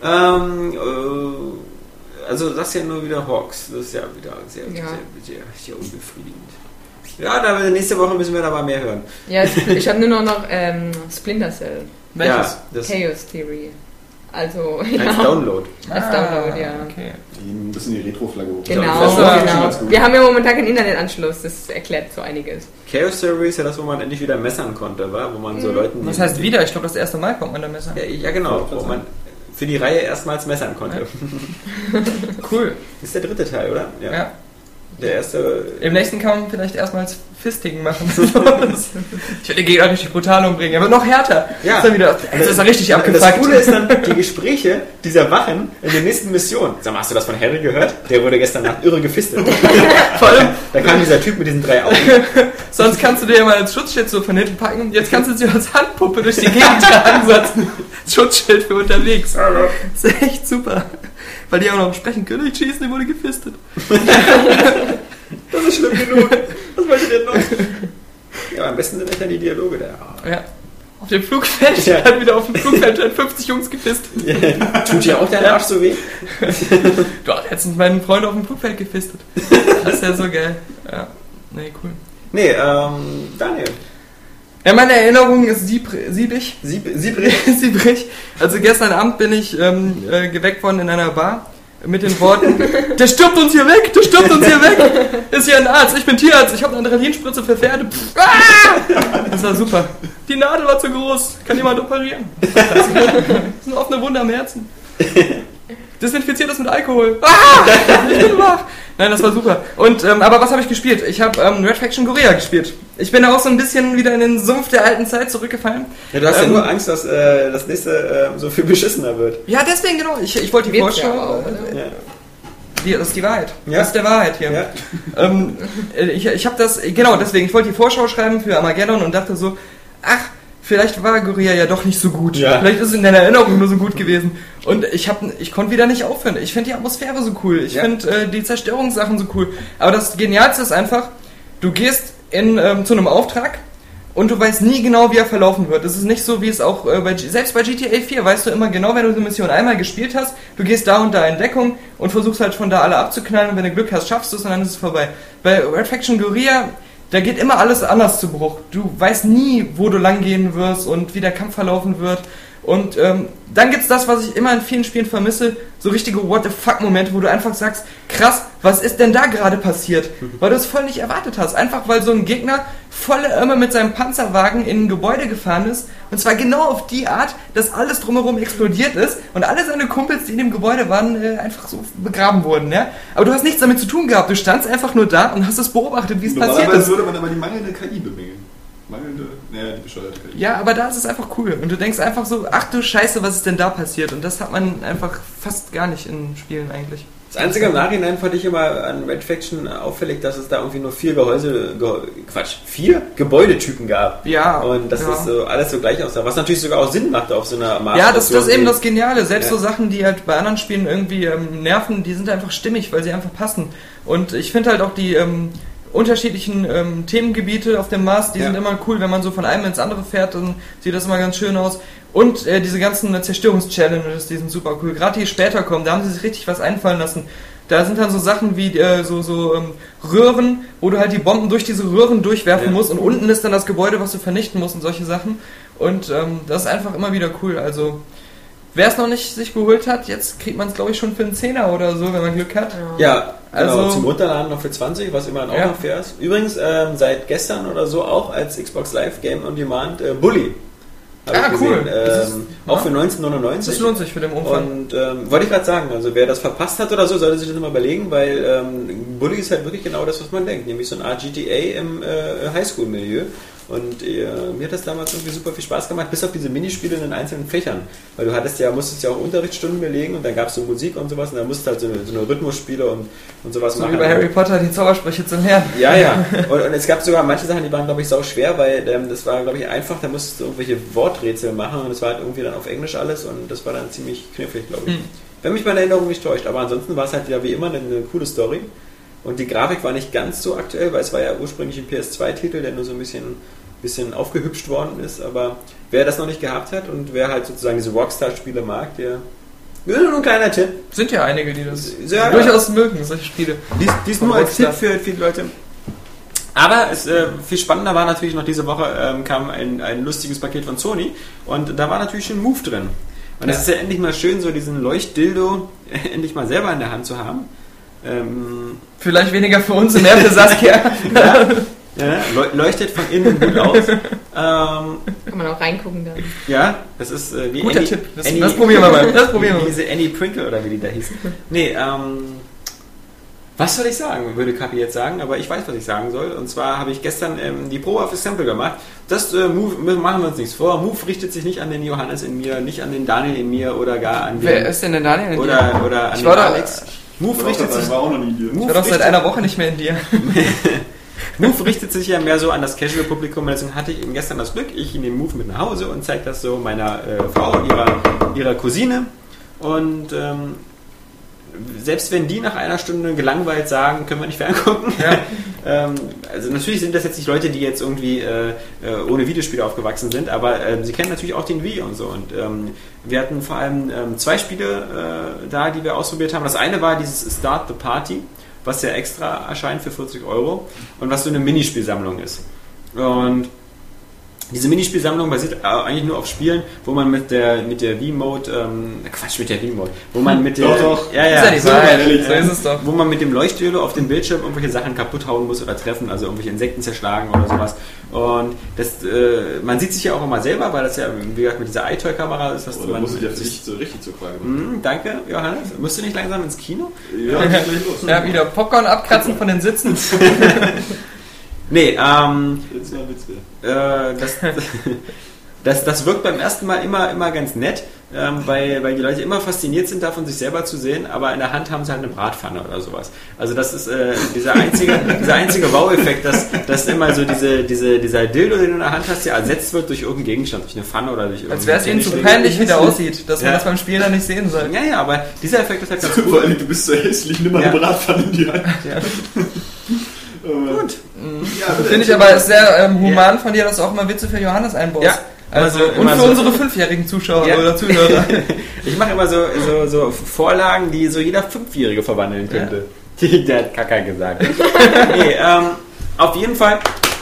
also das ist ja nur wieder Hawks. Das ist ja wieder sehr unbefriedigend. Ja, da nächste Woche müssen wir da mal mehr hören. Ja, ich habe nur noch Splinter Cell. Welches? Ja, das Chaos Theory. Also, als Download. Als Download, ja. Okay. Ein bisschen die Retro-Flagge hoch. Genau, Das ist schon ganz gut. Wir haben ja momentan keinen Internetanschluss, das erklärt so einiges. Chaos Theory ist ja das, wo man endlich wieder messern konnte, wa? Wo man so Leuten... Was heißt wieder? Ich glaube, das erste Mal kommt man da Messer. Ja, genau, wo man für die Reihe erstmals messern konnte. Ja. Cool. Das ist der dritte Teil, oder? Ja. Der erste... Im nächsten kann man vielleicht erstmals Fisting machen. Ich will den Gegner richtig brutal umbringen, aber noch härter. Ja. Das ist er richtig Das abgefuckt. Coole ist dann die Gespräche dieser Wachen in der nächsten Mission. Sag mal, hast du das von Harry gehört? Der wurde gestern Nacht irre gefistet. Vor allem, Da kam dieser Typ mit diesen 3 Augen. sonst kannst du dir ja mal ein Schutzschild so von hinten packen. Jetzt kannst du es dir als Handpuppe durch die Gegend tragen. So als Schutzschild für unterwegs. Das ist echt super. Weil die auch noch sprechen können. Ich schießen, der wurde gefistet. Das ist schlimm genug. Was wollt ihr denn noch? Ja, am besten sind ja die Dialoge da. Ja. Auf dem Flugfeld, Ja. hat wieder auf dem Flugfeld 50 Jungs gefisst. Tut dir auch dein Arsch so weh? Du hast letztens meinen Freund auf dem Flugfeld gefistet. Das ist ja so geil. Ja. Nee, cool. Nee, Daniel. Ja, meine Erinnerung ist siebrig. Siebrig. Siebrig. Also gestern Abend bin ich geweckt worden in einer Bar mit den Worten, der stirbt uns hier weg, der stirbt uns hier weg. Ist hier ein Arzt, ich bin Tierarzt, ich habe eine Adrenalinspritze für Pferde. Das war super. Die Nadel war zu groß, kann jemand operieren. Das ist eine offene Wunde am Herzen. Desinfiziert das mit Alkohol. Ich bin wach. Nein, das war super. Und aber was habe ich gespielt? Ich habe Red Faction Korea gespielt. Ich bin auch so ein bisschen wieder in den Sumpf der alten Zeit zurückgefallen. Ja, du hast ja nur Angst, dass das nächste so viel beschissener wird. Ja, deswegen genau. Ich wollte die Wird's ja Vorschau. auch, oder? Ja. Das ist die Wahrheit. Ja. Das ist der Wahrheit hier. Ja. Ich habe das, genau deswegen, ich wollte die Vorschau schreiben für Armageddon und dachte so, ach, vielleicht war Guerilla ja doch nicht so gut. Ja. Vielleicht ist es in deiner Erinnerung nur so gut gewesen. Und ich konnte wieder nicht aufhören. Ich finde die Atmosphäre so cool. Ich finde die Zerstörungssachen so cool. Aber das Genialste ist einfach, du gehst zu einem Auftrag und du weißt nie genau, wie er verlaufen wird. Es ist nicht so, wie es auch selbst bei GTA 4 weißt du immer genau, wenn du die Mission einmal gespielt hast, du gehst da und da in Deckung und versuchst halt von da alle abzuknallen und wenn du Glück hast, schaffst du es und dann ist es vorbei. Bei Red Faction Guerilla, da geht immer alles anders zu Bruch. Du weißt nie, wo du lang gehen wirst und wie der Kampf verlaufen wird. Und dann gibt's das, was ich immer in vielen Spielen vermisse, so richtige What-the-fuck-Momente, wo du einfach sagst, krass, was ist denn da gerade passiert? Weil du es voll nicht erwartet hast. Einfach weil so ein Gegner volle Irme mit seinem Panzerwagen in ein Gebäude gefahren ist. Und zwar genau auf die Art, dass alles drumherum explodiert ist und alle seine Kumpels, die in dem Gebäude waren, einfach so begraben wurden. Ja? Aber du hast nichts damit zu tun gehabt. Du standst einfach nur da und hast es beobachtet, wie es passiert ist. Normalerweise würde man aber die mangelnde KI bemängeln. Die bescheuerte KI. Ja, aber da ist es einfach cool. Und du denkst einfach so, ach du Scheiße, was ist denn da passiert? Und das hat man einfach fast gar nicht in Spielen eigentlich. Das Einzige im Nachhinein fand ich immer an Red Faction auffällig, dass es da irgendwie nur 4 4 Gebäudetypen gab. Ja. Und dass ja. das so alles so gleich aussah. Was natürlich sogar auch Sinn machte auf so einer Mars. Ja, das ist eben das Geniale. Selbst Ja. so Sachen, die halt bei anderen Spielen irgendwie nerven, die sind einfach stimmig, weil sie einfach passen. Und ich finde halt auch die unterschiedlichen Themengebiete auf dem Mars, die sind immer cool, wenn man so von einem ins andere fährt, dann sieht das immer ganz schön aus. Und diese ganzen Zerstörungs-Challenges, die sind super cool. Gerade die später kommen, da haben sie sich richtig was einfallen lassen. Da sind dann so Sachen wie Röhren, wo du halt die Bomben durch diese Röhren durchwerfen musst und unten ist dann das Gebäude, was du vernichten musst und solche Sachen. Und das ist einfach immer wieder cool. Also wer es noch nicht sich geholt hat, jetzt kriegt man es glaube ich schon für einen 10er oder so, wenn man Glück hat. Ja, genau, also zum Runterladen noch für 20, was immerhin auch noch fair ist. Übrigens, seit gestern oder so auch als Xbox Live Game on Demand Bully. Cool. Auch für 19,99. Das lohnt sich für den Umfang. Und wollte ich gerade sagen, also wer das verpasst hat oder so, sollte sich das mal überlegen, weil Bully ist halt wirklich genau das, was man denkt, nämlich so ein Art GTA im Highschool-Milieu. Und mir hat das damals irgendwie super viel Spaß gemacht, bis auf diese Minispiele in den einzelnen Fächern. Weil du musstest ja auch Unterrichtsstunden belegen und dann gab es so Musik und sowas und dann musstest du halt so eine Rhythmusspiele und sowas So machen. wie bei Harry Potter die Zaubersprüche zum Lernen. Ja. Und es gab sogar manche Sachen, die waren, glaube ich, sau schwer, weil das war, glaube ich, einfach, da musstest du irgendwelche Worträtsel machen und es war halt irgendwie dann auf Englisch alles und das war dann ziemlich knifflig, glaube ich. Wenn mich meine Erinnerung nicht täuscht, aber ansonsten war es halt wieder wie immer eine coole Story. Und die Grafik war nicht ganz so aktuell, weil es war ja ursprünglich ein PS2-Titel, der nur so ein bisschen aufgehübscht worden ist. Aber wer das noch nicht gehabt hat und wer halt sozusagen diese Rockstar-Spiele mag, der... Nur ein kleiner Tipp. Sind ja einige, die das Ja, durchaus mögen, solche Spiele. Dies nur als Tipp für viele Leute. Aber viel spannender war natürlich noch diese Woche, kam ein lustiges Paket von Sony und da war natürlich schon Move drin. Und es ist ja endlich mal schön, so diesen Leuchtdildo endlich mal selber in der Hand zu haben. Vielleicht weniger für uns und mehr für Saskia. Leuchtet von innen gut aus. Kann man auch reingucken dann. Ja, das ist wie Guter Annie, Tipp. Das probieren wir mal. Diese Annie Prinkle oder wie die da hieß. Nee, was soll ich sagen, würde Kapi jetzt sagen, aber ich weiß, was ich sagen soll. Und zwar habe ich gestern die Probe auf Sample gemacht. Das Move, machen wir uns nichts vor. Move richtet sich nicht an den Johannes in mir, nicht an den Daniel in mir oder gar an den... Wer ist denn der Daniel in dir? Oder an den Alex. Move richtet sich... war auch noch nie dir. Ich war doch seit einer Woche nicht mehr in dir. Move richtet sich ja mehr so an das Casual-Publikum. Deswegen hatte ich eben gestern das Glück, ich nehme Move mit nach Hause und zeige das so meiner Frau, ihrer Cousine. Und selbst wenn die nach einer Stunde gelangweilt sagen, können wir nicht ferngucken. Ja. Also natürlich sind das jetzt nicht Leute, die jetzt irgendwie ohne Videospiele aufgewachsen sind, aber sie kennen natürlich auch den Wii und so. Und wir hatten vor allem 2 Spiele da, die wir ausprobiert haben. Das eine war dieses Start the Party, was ja extra erscheint für 40 € und was so eine Minispielsammlung ist. Und diese Minispielsammlung basiert eigentlich nur auf Spielen, wo man mit der Wii-Mode, wo man mit der... Doch. So ist es doch. Wo man mit dem Leuchtdildo auf dem Bildschirm irgendwelche Sachen kaputt hauen muss oder treffen, also irgendwelche Insekten zerschlagen oder sowas. Und man sieht sich ja auch immer selber, weil das ja, wie gesagt, mit dieser iToy-Kamera ist das... man muss sich jetzt nicht so richtig zur Frage machen. Danke, Johannes. Musst du nicht langsam ins Kino? Ja, geht gleich los. Ja, wieder Popcorn abkratzen von den Sitzen. Nee, Jetzt war Witz wieder. Das wirkt beim ersten Mal immer ganz nett, weil die Leute immer fasziniert sind davon, sich selber zu sehen, aber in der Hand haben sie halt eine Bratpfanne oder sowas. Also das ist dieser einzige Wow-Effekt, dass immer so dieser Dildo, den du in der Hand hast, ja ersetzt wird durch irgendeinen Gegenstand, durch eine Pfanne oder durch Als wäre es ihnen zu peinlich, wie der aussieht, dass man das beim Spielen dann nicht sehen soll. Ja, aber dieser Effekt ist halt ganz Vor allem, du bist so hässlich, nimm mal eine Bratpfanne in die Hand. Ja. Gut. Ja, Finde ich aber sehr human von dir, dass du auch mal Witze für Johannes einbaust. Ja. Also, und immer für so unsere 5-jährigen Zuschauer Ja. oder Zuhörer. Ich mache immer so Vorlagen, die so jeder 5-Jährige verwandeln könnte. Der hat Kaka gesagt. Nee, auf jeden Fall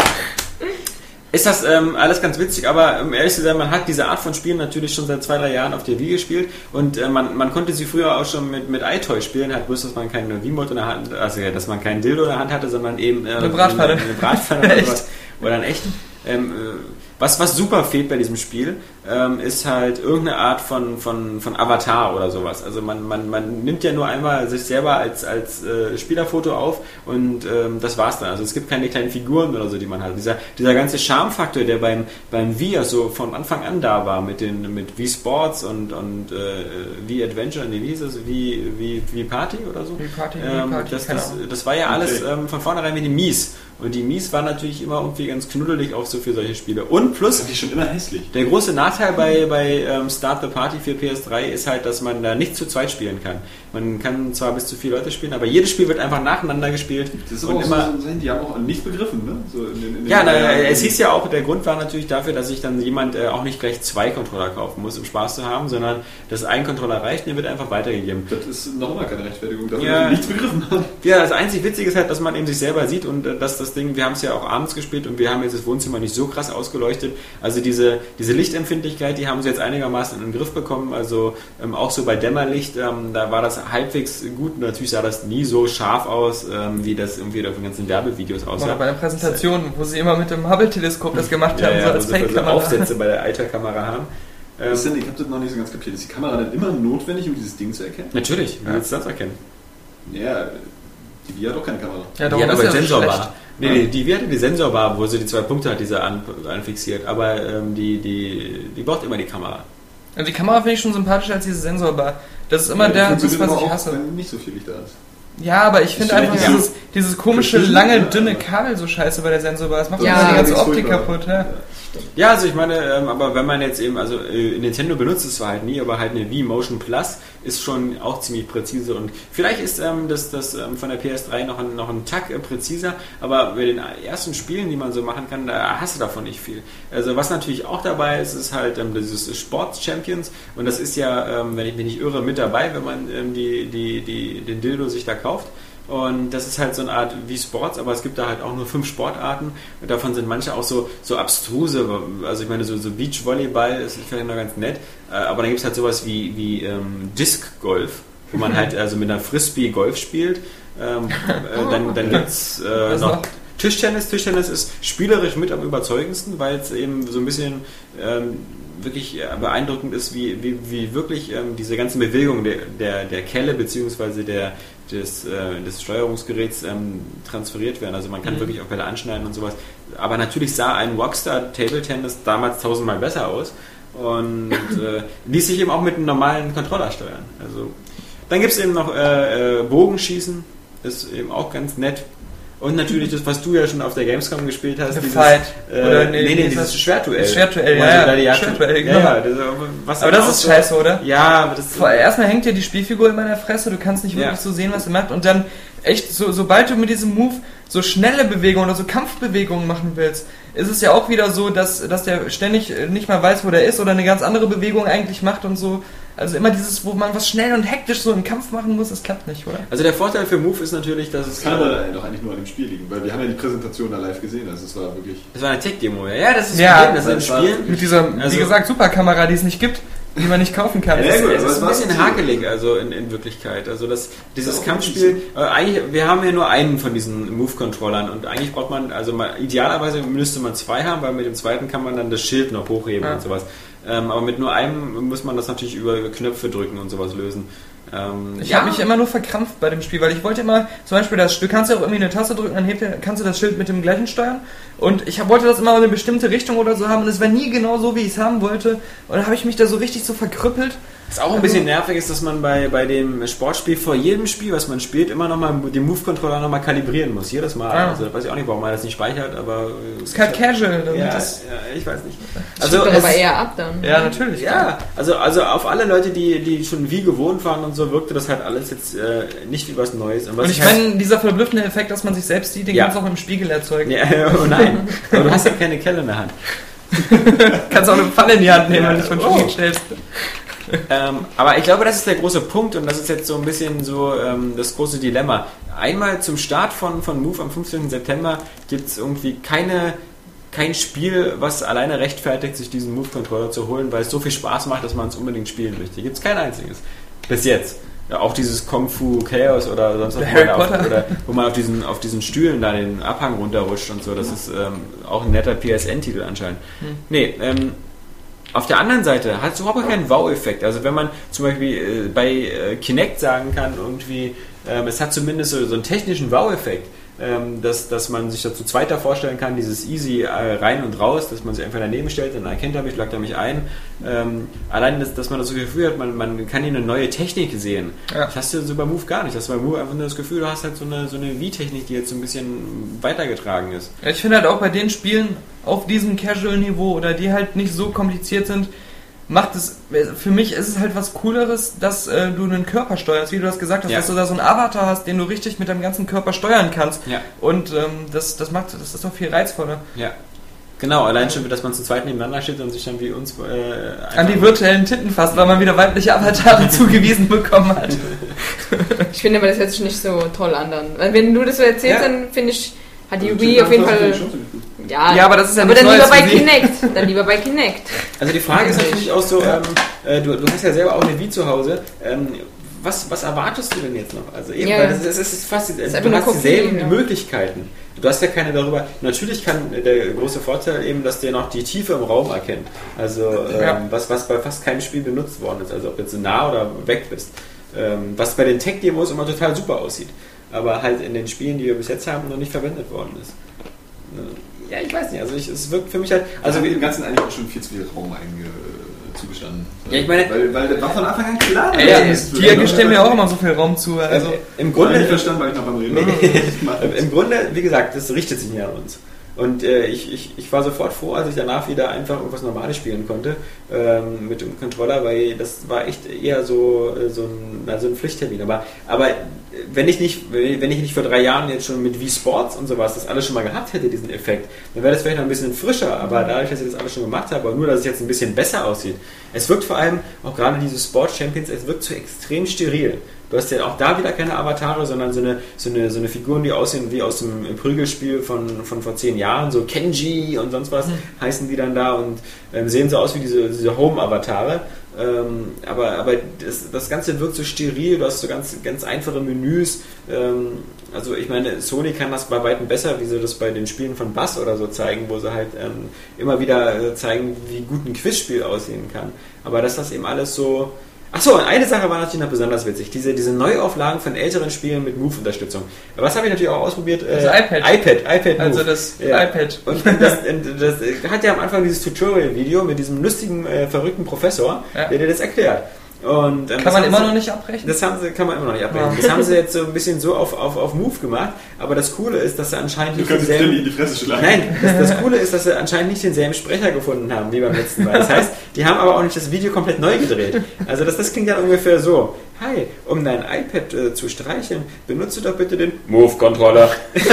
ist das alles ganz witzig, aber um ehrlich zu sein, man hat diese Art von Spielen natürlich schon seit 2-3 Jahren auf der Wii gespielt und man konnte sie früher auch schon mit iToy spielen, hat bloß, dass man keine Wii-Mode in der Hand, also dass man keinen Dildo in der Hand hatte, sondern eben eine Bratpfanne. Eine Bratpfanne oder sowas. Oder ein echt. Was super fehlt bei diesem Spiel, ist halt irgendeine Art von Avatar oder sowas. Also man nimmt ja nur einmal sich selber als Spielerfoto auf und das war's dann. Also es gibt keine kleinen Figuren oder so, die man hat. Dieser ganze Charmfaktor, der beim Wii also von Anfang an da war, mit Wii Sports und Wii Adventure, nee, wie hieß das? Wii Party oder so? Wii Party, Wii Party, das war ja alles von vornherein mit den Mies. Und die Mies waren natürlich immer irgendwie ganz knuddelig auch so für solche Spiele. Und plus, die schon immer hässlich. Der große Nachteil bei Start the Party für PS3 ist halt, dass man da nicht zu zweit spielen kann. Man kann zwar bis zu 4 Leute spielen, aber jedes Spiel wird einfach nacheinander gespielt. Das ist und auch immer so, die haben auch nicht begriffen, ne? So es hieß ja auch, der Grund war natürlich dafür, dass sich dann jemand auch nicht gleich 2 Controller kaufen muss, um Spaß zu haben, sondern dass ein Controller reicht und der wird einfach weitergegeben. Das ist noch immer keine Rechtfertigung dafür, dass sie nichts begriffen haben. Ja, das einzig Witzige ist halt, dass man eben sich selber sieht und dass das Ding, wir haben es ja auch abends gespielt und wir haben jetzt das Wohnzimmer nicht so krass ausgeleuchtet. Also diese Lichtempfindlichkeit, die haben sie jetzt einigermaßen in den Griff bekommen. Also auch so bei Dämmerlicht, da war das halbwegs gut. Natürlich sah das nie so scharf aus, wie das irgendwie auf den ganzen Werbevideos aussah. Oder bei der Präsentation, wo sie immer mit dem Hubble-Teleskop das gemacht haben, so als Fake-Kamera. Aufsätze bei der Alter-Kamera haben. Ich habe das noch nicht so ganz kapiert. Ist die Kamera dann immer notwendig, um dieses Ding zu erkennen? Natürlich, wie willst du das erkennen? Ja, Die Wii hat doch keine Kamera. Ja, Die hat aber ist ja Sensorbar. Nee, die Wii hatte die Sensorbar, wo sie die 2 Punkte hat, die sie anfixiert. Aber die braucht immer die Kamera. Also die Kamera finde ich schon sympathischer als diese Sensorbar. Das ist immer das, was ich hasse. Wenn nicht so viel Licht da ist. Ja, aber ich finde einfach Ja. dieses komische, lange, dünne Kabel so scheiße bei der Sensorbar. Das macht Ja, immer die ganze das ist Optik furchtbar. kaputt. Ja. Ja, also ich meine, aber wenn man jetzt eben, also Nintendo benutzt es zwar halt nie, aber halt eine Wii Motion Plus ist schon auch ziemlich präzise und vielleicht ist das von der PS3 noch ein Tack präziser, aber bei den ersten Spielen, die man so machen kann, da hast du davon nicht viel. Also was natürlich auch dabei ist, ist halt dieses Sports Champions und das ist ja, wenn ich mich nicht irre, mit dabei, wenn man den Dildo sich da kauft. Und das ist halt so eine Art wie Sports, aber es gibt da halt auch nur 5 Sportarten. Und davon sind manche auch so abstruse. Also ich meine, so Beachvolleyball ist vielleicht noch ganz nett. Aber dann gibt es halt sowas wie Disc Golf, wo man halt also mit einer Frisbee Golf spielt. Dann gibt es noch Tischtennis. Tischtennis ist spielerisch mit am überzeugendsten, weil es eben so ein bisschen wirklich beeindruckend ist, wie wirklich diese ganzen Bewegungen der Kelle bzw. des Steuerungsgeräts transferiert werden. Also man kann wirklich auch Bälle anschneiden und sowas. Aber natürlich sah ein Rockstar Table Tennis damals 1000-mal besser aus und ließ sich eben auch mit einem normalen Controller steuern. Also, dann gibt es eben noch Bogenschießen, ist eben auch ganz nett. Und natürlich das, was du ja schon auf der Gamescom gespielt hast. Fight. Dieses Schwertduell. Das Schwertduell, ja. Schwertduell, genau. Aber das ist scheiße, oder? Ja, aber das... Erstmal hängt dir die Spielfigur in meiner Fresse, du kannst nicht wirklich so sehen, was er macht. Und dann echt, sobald du mit diesem Move so schnelle Bewegungen oder so Kampfbewegungen machen willst, ist es ja auch wieder so, dass der ständig nicht mal weiß, wo der ist oder eine ganz andere Bewegung eigentlich macht und so. Also immer dieses, wo man was schnell und hektisch so im Kampf machen muss, das klappt nicht, oder? Also der Vorteil für Move ist natürlich, dass es... Das kann aber doch eigentlich nur an dem Spiel liegen, weil wir haben ja die Präsentation da live gesehen, also es war wirklich... Das war eine Tech-Demo, ja, das ist Ja, das ist ein Spiel. Mit dieser, wie gesagt, Superkamera, die es nicht gibt, die man nicht kaufen kann. Ja, gut, Es ist ein aber bisschen hakelig, also in Wirklichkeit. Also dieses Kampfspiel, eigentlich, wir haben ja nur einen von diesen Move-Controllern und eigentlich braucht man, idealerweise müsste man 2 haben, weil mit dem zweiten kann man dann das Schild noch hochheben und sowas. Aber mit nur einem muss man das natürlich über Knöpfe drücken und sowas lösen. Ich habe mich immer nur verkrampft bei dem Spiel, weil ich wollte immer, zum Beispiel du kannst ja auch irgendwie eine Taste drücken, dann kannst du das Schild mit dem gleichen steuern und ich wollte das immer in eine bestimmte Richtung oder so haben und es war nie genau so, wie ich es haben wollte und dann habe ich mich da so richtig so verkrüppelt. Was auch ein bisschen nervig ist, dass man bei dem Sportspiel vor jedem Spiel, was man spielt, immer nochmal den Move-Controller nochmal kalibrieren muss. Jedes Mal. Ja. Also weiß ich auch nicht, warum man das nicht speichert, aber... Es ist halt casual. Ja, ich weiß nicht. Also doch aber eher ab dann. Ja, natürlich. Ja, also auf alle Leute, die schon wie gewohnt waren und so, wirkte das halt alles jetzt nicht wie was Neues. Und ich meine, dieser verblüffende Effekt, dass man sich selbst sieht, den kannst du auch im Spiegel erzeugen. Ja, oh nein, aber du hast ja keine Kelle in der Hand. Kannst auch eine Pfanne in die Hand nehmen, wenn du dich von Spiegel stellst. Aber ich glaube, das ist der große Punkt und das ist jetzt so ein bisschen so das große Dilemma. Einmal zum Start von Move am 15. September gibt es irgendwie kein Spiel, was alleine rechtfertigt, sich diesen Move-Controller zu holen, weil es so viel Spaß macht, dass man es unbedingt spielen möchte. Gibt es kein einziges. Bis jetzt. Ja, auch dieses Kung Fu Chaos oder sonst was, wo man auf diesen Stühlen da den Abhang runterrutscht und so. Das ist auch ein netter PSN-Titel anscheinend. Nee, auf der anderen Seite hat es überhaupt keinen Wow-Effekt. Also wenn man zum Beispiel bei Kinect sagen kann, irgendwie, es hat zumindest so einen technischen Wow-Effekt, dass man sich dazu zweiter vorstellen kann, dieses easy rein und raus, dass man sich einfach daneben stellt, dann erkennt er mich, lockt er mich ein. Allein, dass man das Gefühl hat, man kann hier eine neue Technik sehen. Ja. Das hast du so bei Move gar nicht. Das hast du bei Move einfach nur das Gefühl, du hast halt so eine Wii-Technik, die jetzt so ein bisschen weitergetragen ist. Ja, ich finde halt auch bei den Spielen auf diesem Casual-Niveau oder die halt nicht so kompliziert sind, für mich ist es halt was Cooleres, dass du einen Körper steuerst, wie du das gesagt hast, dass du da so einen Avatar hast, den du richtig mit deinem ganzen Körper steuern kannst. Ja. Und das ist doch viel reizvoller. Ja. Genau, allein schon, dass man zu zweit nebeneinander steht und sich dann wie uns an die virtuellen Titten fasst, weil man wieder weibliche Avatare zugewiesen bekommen hat. Ich finde aber das hört sich nicht so toll an dann. Wenn du das so erzählst, dann finde ich, hat die Wii auf jeden Fall... Ja, aber das ist ja aber dann lieber bei Kinect. Also die Frage ist natürlich auch so, du hast ja selber auch eine Wii zu Hause. Was erwartest du denn jetzt noch? Also eben, weil das ist fast, du hast dieselben Möglichkeiten. Du hast ja keine darüber. Natürlich kann der große Vorteil eben, dass der noch die Tiefe im Raum erkennt. Also was bei fast keinem Spiel benutzt worden ist. Also ob jetzt so nah oder weg bist. Was bei den Tech-Demos immer total super aussieht. aber halt in den Spielen, die wir bis jetzt haben, noch nicht verwendet worden ist. Ja, ich weiß nicht, also es wirkt für mich halt... Also wir dem Ganzen eigentlich auch schon viel zu viel Raum zugestanden. Ja, ich meine... Weil das war von Anfang an klar. Dir gestehen mir auch immer so viel Raum zu. Also im Grunde... nicht verstanden, weil ich noch beim Reden Im Grunde, wie gesagt, das richtet sich nicht an uns. Und ich war sofort froh, als ich danach wieder einfach irgendwas Normales spielen konnte mit dem Controller, weil das war echt eher so ein Pflichttermin. Aber wenn ich nicht vor 3 Jahren jetzt schon mit Wii Sports und sowas das alles schon mal gehabt hätte, diesen Effekt, dann wäre das vielleicht noch ein bisschen frischer. Aber dadurch, dass ich das alles schon gemacht habe, aber nur, dass es jetzt ein bisschen besser aussieht. Es wirkt vor allem, auch gerade diese Sports Champions, es wirkt so extrem steril. Du hast ja auch da wieder keine Avatare, sondern so eine Figuren, die aussehen wie aus dem Prügelspiel von vor 10 Jahren, so Kenji und sonst was heißen die dann da und sehen so aus wie diese Home-Avatare. Aber das Ganze wirkt so steril, du hast so ganz einfache Menüs. Also ich meine, Sony kann das bei weitem besser, wie sie das bei den Spielen von Bass oder so zeigen, wo sie halt immer wieder zeigen, wie gut ein Quizspiel aussehen kann. Aber dass das eben alles so... Achso, eine Sache war natürlich noch besonders witzig. Diese Neuauflagen von älteren Spielen mit Move-Unterstützung. Was habe ich natürlich auch ausprobiert? Das iPad Move. Also das iPad. Und das hat ja am Anfang dieses Tutorial-Video mit diesem lustigen, verrückten Professor, der dir das erklärt. Und, kann man immer noch nicht abbrechen? Kann man immer noch nicht abbrechen. Das haben sie jetzt so ein bisschen so auf Move gemacht, aber das Coole ist, dass sie anscheinend nicht denselben... in die Fresse schlagen. Nein, das Coole ist, dass sie anscheinend nicht denselben Sprecher gefunden haben, wie beim letzten Mal. Das heißt, die haben aber auch nicht das Video komplett neu gedreht. Also das klingt dann ungefähr so: Hi, um dein iPad zu streicheln, benutze doch bitte den Move-Controller.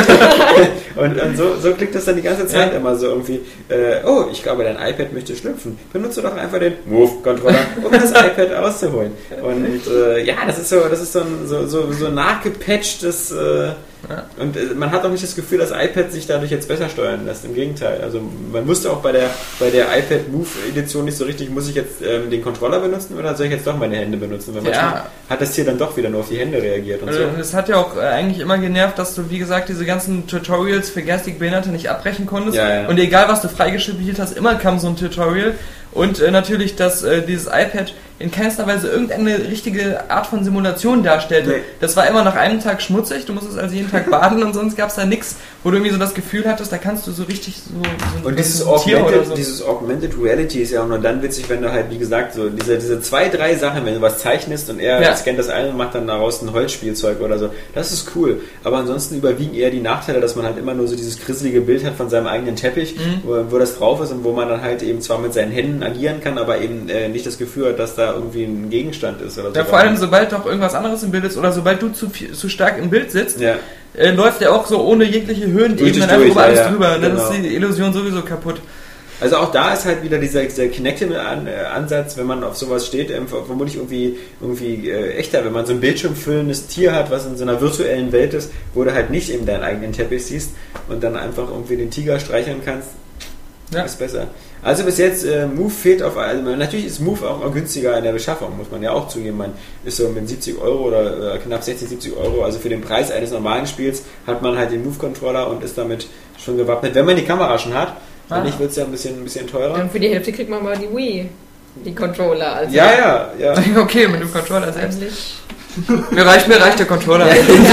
und so klingt das dann die ganze Zeit immer so irgendwie, oh, ich glaube, dein iPad möchte schlüpfen. Benutze doch einfach den Move-Controller, um das iPad auszuholen. Und das ist so ein nachgepatchtes... Und man hat auch nicht das Gefühl, dass iPad sich dadurch jetzt besser steuern lässt. Im Gegenteil. Also man wusste auch bei der iPad Move Edition nicht so richtig, muss ich jetzt den Controller benutzen oder soll ich jetzt doch meine Hände benutzen? Weil manchmal hat das hier dann doch wieder nur auf die Hände reagiert. Und es hat ja auch eigentlich immer genervt, dass du, wie gesagt, diese ganzen Tutorials für geistig Behinderte nicht abbrechen konntest. Ja. Und egal, was du freigespielt hast, immer kam so ein Tutorial. Und natürlich, dass dieses iPad in keinster Weise irgendeine richtige Art von Simulation darstellte. Nee. Das war immer nach einem Tag schmutzig, du musstest also jeden Tag baden und sonst gab es da nichts, wo du irgendwie so das Gefühl hattest, da kannst du so richtig so und dieses Augmented Reality ist ja auch nur dann witzig, wenn du halt, wie gesagt, so diese 2-3 Sachen, wenn du was zeichnest und er scannt das ein und macht dann daraus ein Holzspielzeug oder so, das ist cool. Aber ansonsten überwiegen eher die Nachteile, dass man halt immer nur so dieses krisselige Bild hat von seinem eigenen Teppich, wo das drauf ist und wo man dann halt eben zwar mit seinen Händen agieren kann, aber eben nicht das Gefühl hat, dass da irgendwie ein Gegenstand ist oder so. Ja, vor allem, sobald doch irgendwas anderes im Bild ist oder sobald du zu stark im Bild sitzt, läuft der auch so ohne jegliche Höhenebenen einfach über alles drüber. Dann ist die Illusion sowieso kaputt. Also auch da ist halt wieder dieser Kinect-Ansatz, wenn man auf sowas steht, vermutlich irgendwie echter, wenn man so ein bildschirmfüllendes Tier hat, was in so einer virtuellen Welt ist, wo du halt nicht eben deinen eigenen Teppich siehst und dann einfach irgendwie den Tiger streicheln kannst, ist besser. Also bis jetzt, Move fehlt natürlich ist Move auch günstiger in der Beschaffung, muss man ja auch zugeben. Man ist so mit 70 Euro oder knapp 60, 70 Euro, also für den Preis eines normalen Spiels hat man halt den Move-Controller und ist damit schon gewappnet, wenn man die Kamera schon hat. Wenn nicht, wird es ja ein bisschen teurer. Und für die Hälfte kriegt man mal die Wii, die Controller. Also ja. Okay, mit dem Controller selbst. Mir reicht der Controller.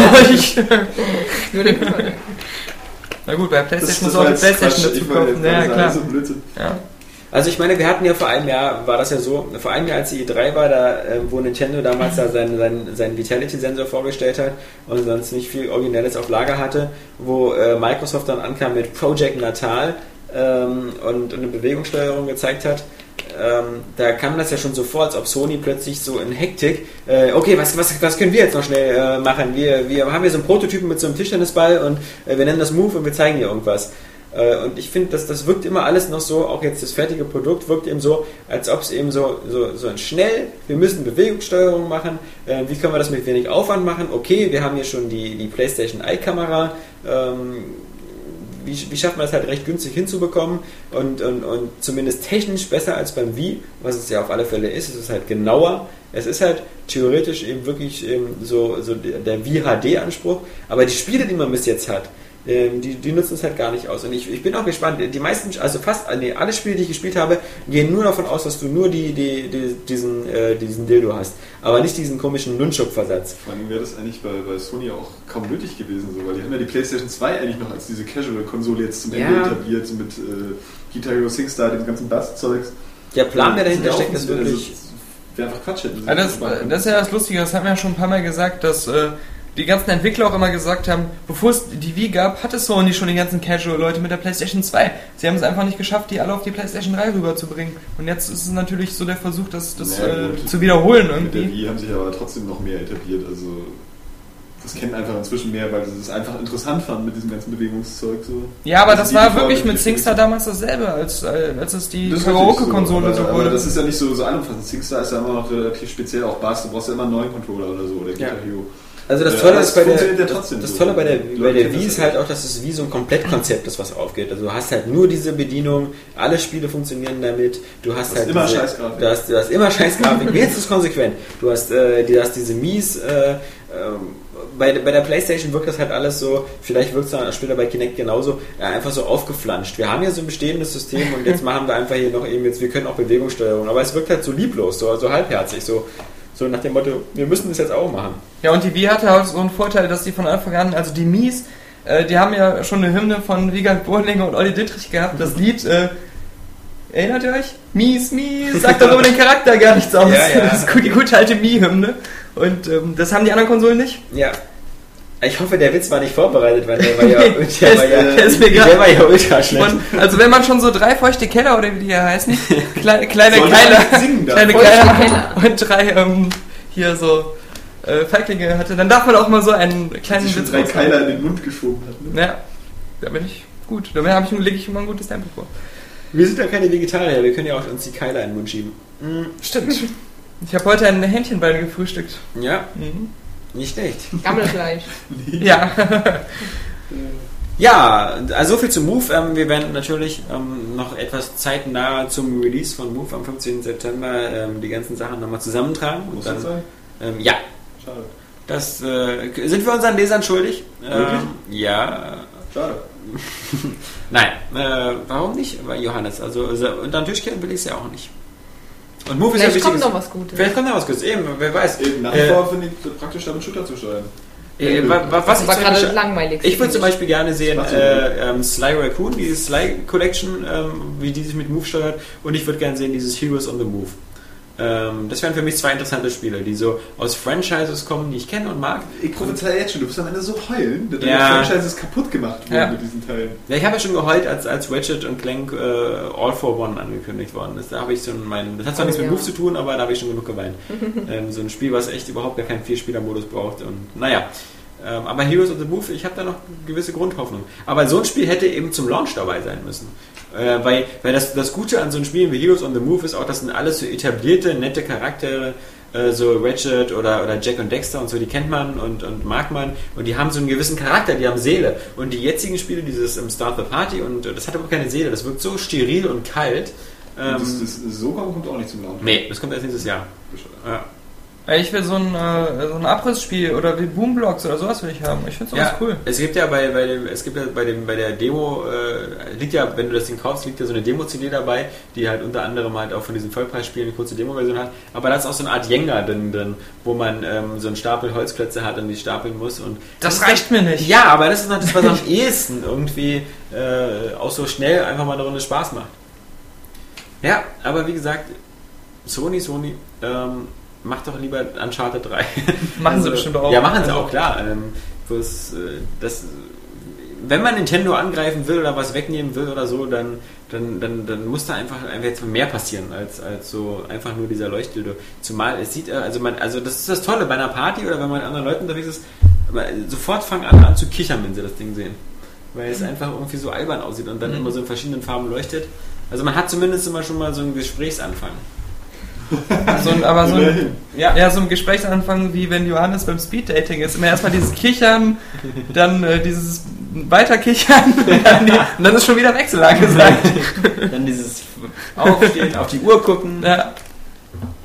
Nur den Controller. Na gut, bei PlayStation muss auch die PlayStation dazu kaufen. Ja, klar. Ja. Also ich meine, wir hatten ja vor einem Jahr, war das ja so, vor einem Jahr, als die E3 war, da wo Nintendo damals da seinen Vitality-Sensor vorgestellt hat und sonst nicht viel Originelles auf Lager hatte, wo Microsoft dann ankam mit Project Natal und eine Bewegungssteuerung gezeigt hat, da kam das ja schon so vor, als ob Sony plötzlich so in Hektik, okay, was können wir jetzt noch schnell machen? Wir haben hier so einen Prototypen mit so einem Tischtennisball und wir nennen das Move und wir zeigen hier irgendwas. Und ich finde, das wirkt immer alles noch so, auch jetzt das fertige Produkt wirkt eben so, als ob es eben so schnell, wir müssen Bewegungssteuerung machen, wie können wir das mit wenig Aufwand machen? Okay, wir haben hier schon die PlayStation Eye-Kamera, wie schafft man das halt recht günstig hinzubekommen und zumindest technisch besser als beim Wii, was es ja auf alle Fälle ist, es ist halt genauer, es ist halt theoretisch eben wirklich so der Wii HD-Anspruch, aber die Spiele, die man bis jetzt hat, die nutzen es halt gar nicht aus. Und ich bin auch gespannt. Die meisten, also alle Spiele, die ich gespielt habe, gehen nur davon aus, dass du nur diesen Dildo hast. Aber nicht diesen komischen Nunchuk-Versatz. Vor allem wäre das eigentlich bei Sony auch kaum nötig gewesen, so, weil die haben ja die PlayStation 2 eigentlich noch als diese Casual-Konsole jetzt zum Ende etabliert, so mit Guitar Hero SingStar, dem ganzen Bass-Zeugs. Der Plan, der dahinter steckt, ist wirklich... Wäre einfach Quatsch. Das ist ja das Lustige, das haben wir ja schon ein paar Mal gesagt, dass die ganzen Entwickler auch immer gesagt haben, bevor es die Wii gab, hatte Sony schon die ganzen Casual-Leute mit der PlayStation 2. Sie haben es einfach nicht geschafft, die alle auf die PlayStation 3 rüberzubringen. Und jetzt ist es natürlich so der Versuch, das zu wiederholen irgendwie. Mit der Wii haben sich aber trotzdem noch mehr etabliert, also das kennen einfach inzwischen mehr, weil sie es einfach interessant fanden mit diesem ganzen Bewegungszeug. So. Ja, aber das war wirklich mit SingStar damals dasselbe, als es die Karaoke-Konsole so wurde. Aber das ist ja nicht so allumfassend. SingStar ist ja immer noch relativ speziell, auch Bass, du brauchst ja immer einen neuen Controller oder so, oder Guitar Hero. Also das Tolle ist bei der Wii ist halt auch, dass es wie so ein Komplettkonzept ist, was aufgeht. Also du hast halt nur diese Bedienung, alle Spiele funktionieren damit, du hast halt immer Scheißgrafik. Du hast immer Scheißgrafik, wenigstens konsequent. Du hast diese Mies, bei der PlayStation wirkt das halt alles so, vielleicht wirkt es dann später bei Kinect genauso, einfach so aufgeflanscht. Wir haben ja so ein bestehendes System und jetzt machen wir einfach hier noch eben wir können auch Bewegungssteuerung, aber es wirkt halt so lieblos, so halbherzig, so nach dem Motto, wir müssen das jetzt auch machen. Ja, und die Wii hatte auch so einen Vorteil, dass die von Anfang an, also die Mies, die haben ja schon eine Hymne von Wiegald Bohlinger und Olli Dittrich gehabt, das Lied, erinnert ihr euch? Mies, sagt doch über den Charakter gar nichts aus. Ja. Das ist die gute alte Mii-Hymne. Und das haben die anderen Konsolen nicht. Ja. Ich hoffe, der Witz war nicht vorbereitet, weil der war der war ja ultra schlecht. Und, also wenn man schon so 3 feuchte Keller oder wie die hier heißen, kleine Keiler und 3 hier so Feiglinge hatte, dann darf man auch mal so einen kleinen Witz 3 Keiler in den Mund geschoben hat. Ne? Ja, da bin ich gut. Da lege ich immer ein gutes Tempo vor. Wir sind ja keine Vegetarier, wir können ja auch uns die Keiler in den Mund schieben. Stimmt. Ich habe heute ein Hähnchenbein gefrühstückt. Ja. Nicht schlecht. Gammelfleisch. Ja. Ja, also so viel zu Move. Wir werden natürlich noch etwas zeitnah zum Release von Move am 15. September die ganzen Sachen nochmal zusammentragen. Muss das sein? Ja. Schade. Das sind wir unseren Lesern schuldig. Wirklich? Ja. Schade. Nein, warum nicht? Johannes, also unter den Tisch kehren will ich es ja auch nicht. Und Move ist ja wichtig. Vielleicht kommt noch was Gutes. Vielleicht kommt noch was Gutes, eben, wer weiß. Eben, nach wie vor finde ich praktisch damit Shooter zu steuern. Was war gerade langweilig. Ich würde zum Beispiel gerne sehen Sly Raccoon, diese Sly Collection, wie die sich mit Move steuert, und ich würde gerne sehen dieses Heroes on the Move. Das wären für mich 2 interessante Spiele, die so aus Franchises kommen, die ich kenne und mag. Ich prophezei jetzt schon, du wirst am Ende so heulen, dass ja. die Franchises kaputt gemacht wurden mit diesen Teilen. Ja, ich habe ja schon geheult, als Ratchet und Clank All for One angekündigt worden ist. Da habe ich so das hat zwar nichts mit Move zu tun, aber da habe ich schon genug geweint. So ein Spiel, was echt überhaupt gar keinen 4-Spieler-Modus braucht, und naja. Aber Heroes of the Move, ich habe da noch gewisse Grundhoffnung. Aber so ein Spiel hätte eben zum Launch dabei sein müssen. Weil das Gute an so einem Spiel wie Heroes on the Move ist auch, das sind alles so etablierte, nette Charaktere, so Ratchet oder Jack und Dexter und so, die kennt man und mag man, und die haben so einen gewissen Charakter, die haben Seele. Und die jetzigen Spiele, dieses Start the Party, und das hat aber keine Seele, das wirkt so steril und kalt. Das so kommt auch nicht zum Launch. Nee, das kommt erst nächstes Jahr. Ja. Ich will so ein Abrissspiel oder wie Boomblocks oder sowas will ich haben. Ich finde sowas cool. Es gibt ja bei der Demo, liegt ja, wenn du das Ding kaufst, liegt ja so eine Demo-CD dabei, die halt unter anderem halt auch von diesen Vollpreisspielen eine kurze Demo-Version hat. Aber da ist auch so eine Art Jenga drin, wo man so einen Stapel Holzklötze hat und die stapeln muss. Und das reicht mir nicht. Ja, aber das ist noch das, was am ehesten irgendwie auch so schnell einfach mal eine Runde Spaß macht. Ja, aber wie gesagt, Sony, macht doch lieber Uncharted 3. Machen sie bestimmt auch. Ja, machen sie auch, klar. Wenn man Nintendo angreifen will oder was wegnehmen will oder so, dann muss da einfach jetzt mehr passieren als so einfach nur dieser Leuchtdildo. Zumal es sieht, also das ist das Tolle bei einer Party oder wenn man mit anderen Leuten unterwegs ist, sofort fangen alle an zu kichern, wenn sie das Ding sehen. Weil es einfach irgendwie so albern aussieht und dann immer so in verschiedenen Farben leuchtet. Also man hat zumindest immer schon mal so einen Gesprächsanfang. So ein Gesprächsanfang, wie wenn Johannes beim Speeddating ist. Immer erstmal dieses Kichern, dann dieses Weiterkichern und dann ist schon wieder Wechsel angesagt. Dann dieses Aufstehen, auf die Uhr gucken. Ja.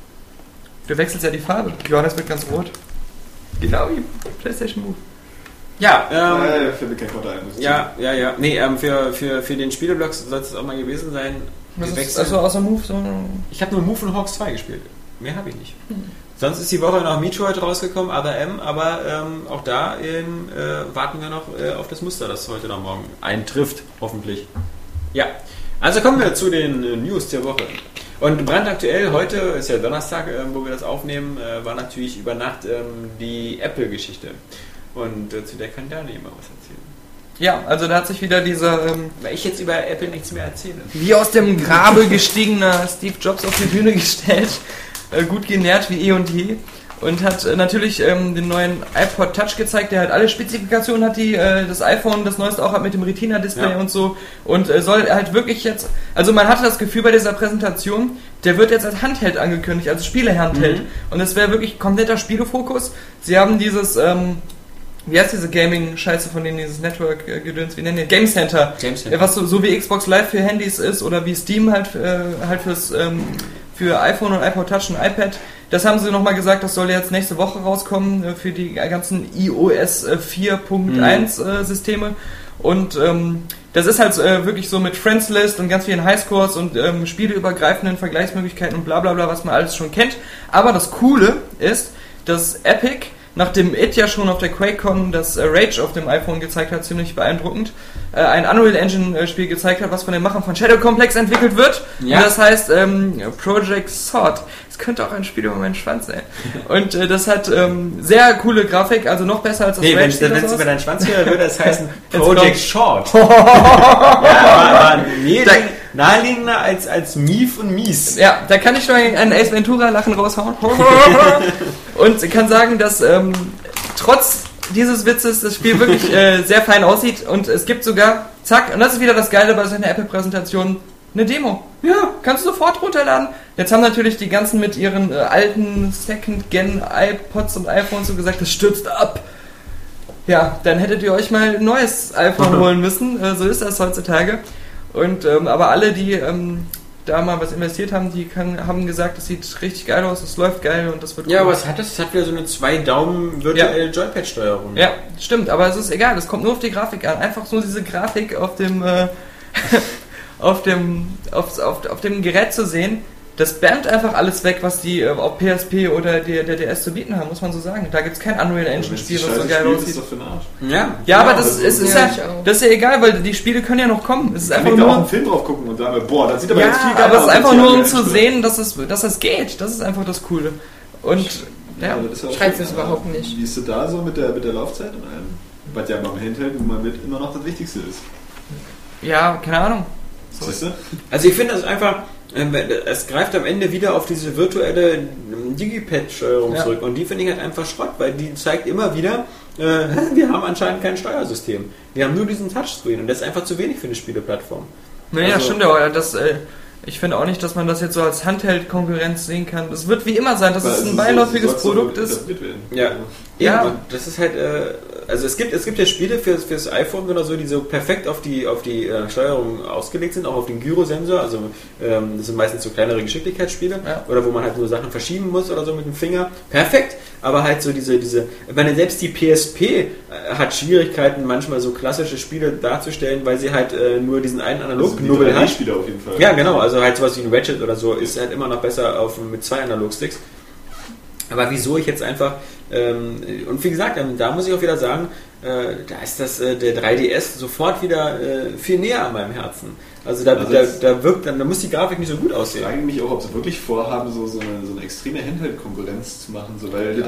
Du wechselst ja die Farbe. Johannes wird ganz rot. Genau wie PlayStation Move. Ja, fällt mir kein Konto ein. ja. Nee, für den Spieleblog soll es auch mal gewesen sein. Also außer Move so. Ich habe nur Move und Hawks 2 gespielt. Mehr habe ich nicht. Sonst ist die Woche noch Metroid rausgekommen, Other M, aber auch da warten wir noch auf das Muster, das heute oder morgen eintrifft, hoffentlich. Ja, also kommen wir zu den News der Woche. Und brandaktuell, heute ist ja Donnerstag, wo wir das aufnehmen, war natürlich über Nacht die Apple-Geschichte. Und zu der kann Dani immer was erzählen. Ja, also da hat sich wieder dieser... weil ich jetzt über Apple nichts mehr erzähle. Wie aus dem Grabe gestiegener Steve Jobs auf die Bühne gestellt, gut genährt wie eh und je. Und hat natürlich den neuen iPod Touch gezeigt, der halt alle Spezifikationen hat, die das iPhone, das neueste auch hat mit dem Retina-Display und so. Und soll halt wirklich jetzt... Also man hatte das Gefühl bei dieser Präsentation, der wird jetzt als Handheld angekündigt, als Spiele-Handheld. Und es wäre wirklich kompletter Spielefokus. Sie haben dieses... wie heißt diese Gaming-Scheiße, von denen dieses Network-Gedöns, wie nennen die? Game Center. Was so wie Xbox Live für Handys ist oder wie Steam halt für iPhone und iPod Touch und iPad. Das haben sie nochmal gesagt, das soll jetzt nächste Woche rauskommen für die ganzen iOS 4.1 Systeme. Und das ist halt wirklich so mit Friends List und ganz vielen Highscores und spieleübergreifenden Vergleichsmöglichkeiten und bla bla bla, was man alles schon kennt. Aber das Coole ist, dass Epic, nachdem It ja schon auf der QuakeCon das Rage auf dem iPhone gezeigt hat, ziemlich beeindruckend, ein Unreal Engine Spiel gezeigt hat, was von den Machern von Shadow Complex entwickelt wird. Ja. Und das heißt Project Sword. Das könnte auch ein Spiel über meinen Schwanz sein. Und das hat sehr coole Grafik, also noch besser als das Rage. Nee, wenn es über deinen Schwanz wäre, würde es heißen Project Short. Ja, naheliegender als Mief und Mies. Ja, da kann ich noch ein Ace Ventura Lachen raushauen. Und kann sagen, dass trotz dieses Witzes das Spiel wirklich sehr fein aussieht und es gibt sogar, zack, und das ist wieder das Geile bei so einer Apple-Präsentation, eine Demo. Ja, kannst du sofort runterladen. Jetzt haben natürlich die ganzen mit ihren alten Second-Gen iPods und iPhones so gesagt, das stürzt ab. Ja, dann hättet ihr euch mal ein neues iPhone holen müssen. So ist das heutzutage. Und aber alle, die da mal was investiert haben, haben gesagt, das sieht richtig geil aus, das läuft geil und das wird Ja, aber es hat wieder so eine 2-Daumen virtuelle Joypad-Steuerung. Ja, stimmt, aber es ist egal, es kommt nur auf die Grafik an. Einfach so diese Grafik auf dem auf dem Gerät zu sehen, das bammt einfach alles weg, was die auf PSP oder der DS zu bieten haben, muss man so sagen. Da gibt es kein Unreal Engine Spiel, was so geil aussieht. Ist doch für den Arsch. Ja, aber das ist ja egal, weil die Spiele können ja noch kommen. Es ist einfach nur auch einen Film drauf gucken und sagen, boah, das sieht aber jetzt viel geiler aus. Aber es ist einfach nur, um zu sehen, dass es geht. Das ist einfach das Coole. Und schreibt es überhaupt nicht. Wie ist du da so mit der Laufzeit und allem? Was ja beim Handheld nun mal mit immer noch das Wichtigste ist. Ja, keine Ahnung. Siehst du? Also ich finde das einfach, es greift am Ende wieder auf diese virtuelle Digipad-Steuerung zurück und die finde ich halt einfach Schrott, weil die zeigt immer wieder, wir haben anscheinend kein Steuersystem. Wir haben nur diesen Touchscreen und das ist einfach zu wenig für eine Spieleplattform. Naja, stimmt, aber ich finde auch nicht, dass man das jetzt so als Handheld-Konkurrenz sehen kann. Das wird wie immer sein, dass es ein beiläufiges Produkt ist. Ja, das ist halt, also es gibt ja Spiele fürs iPhone oder so, die so perfekt auf die Steuerung ausgelegt sind, auch auf den Gyrosensor, also das sind meistens so kleinere Geschicklichkeitsspiele, oder wo man halt nur Sachen verschieben muss oder so mit dem Finger. Perfekt, aber halt so diese, ich meine, selbst die PSP hat Schwierigkeiten, manchmal so klassische Spiele darzustellen, weil sie halt nur diesen einen Analogknubbel hat. Spiele auf jeden Fall. Ja, genau, also halt sowas wie ein Ratchet oder so ist halt immer noch besser mit 2 Analogsticks. Aber wieso ich jetzt einfach, und wie gesagt, da muss ich auch wieder sagen, da ist der 3DS sofort wieder viel näher an meinem Herzen. Also da muss die Grafik nicht so gut aussehen. Ich frage mich auch, ob sie wirklich vorhaben, so eine extreme Handheld-Konkurrenz zu machen, so, weil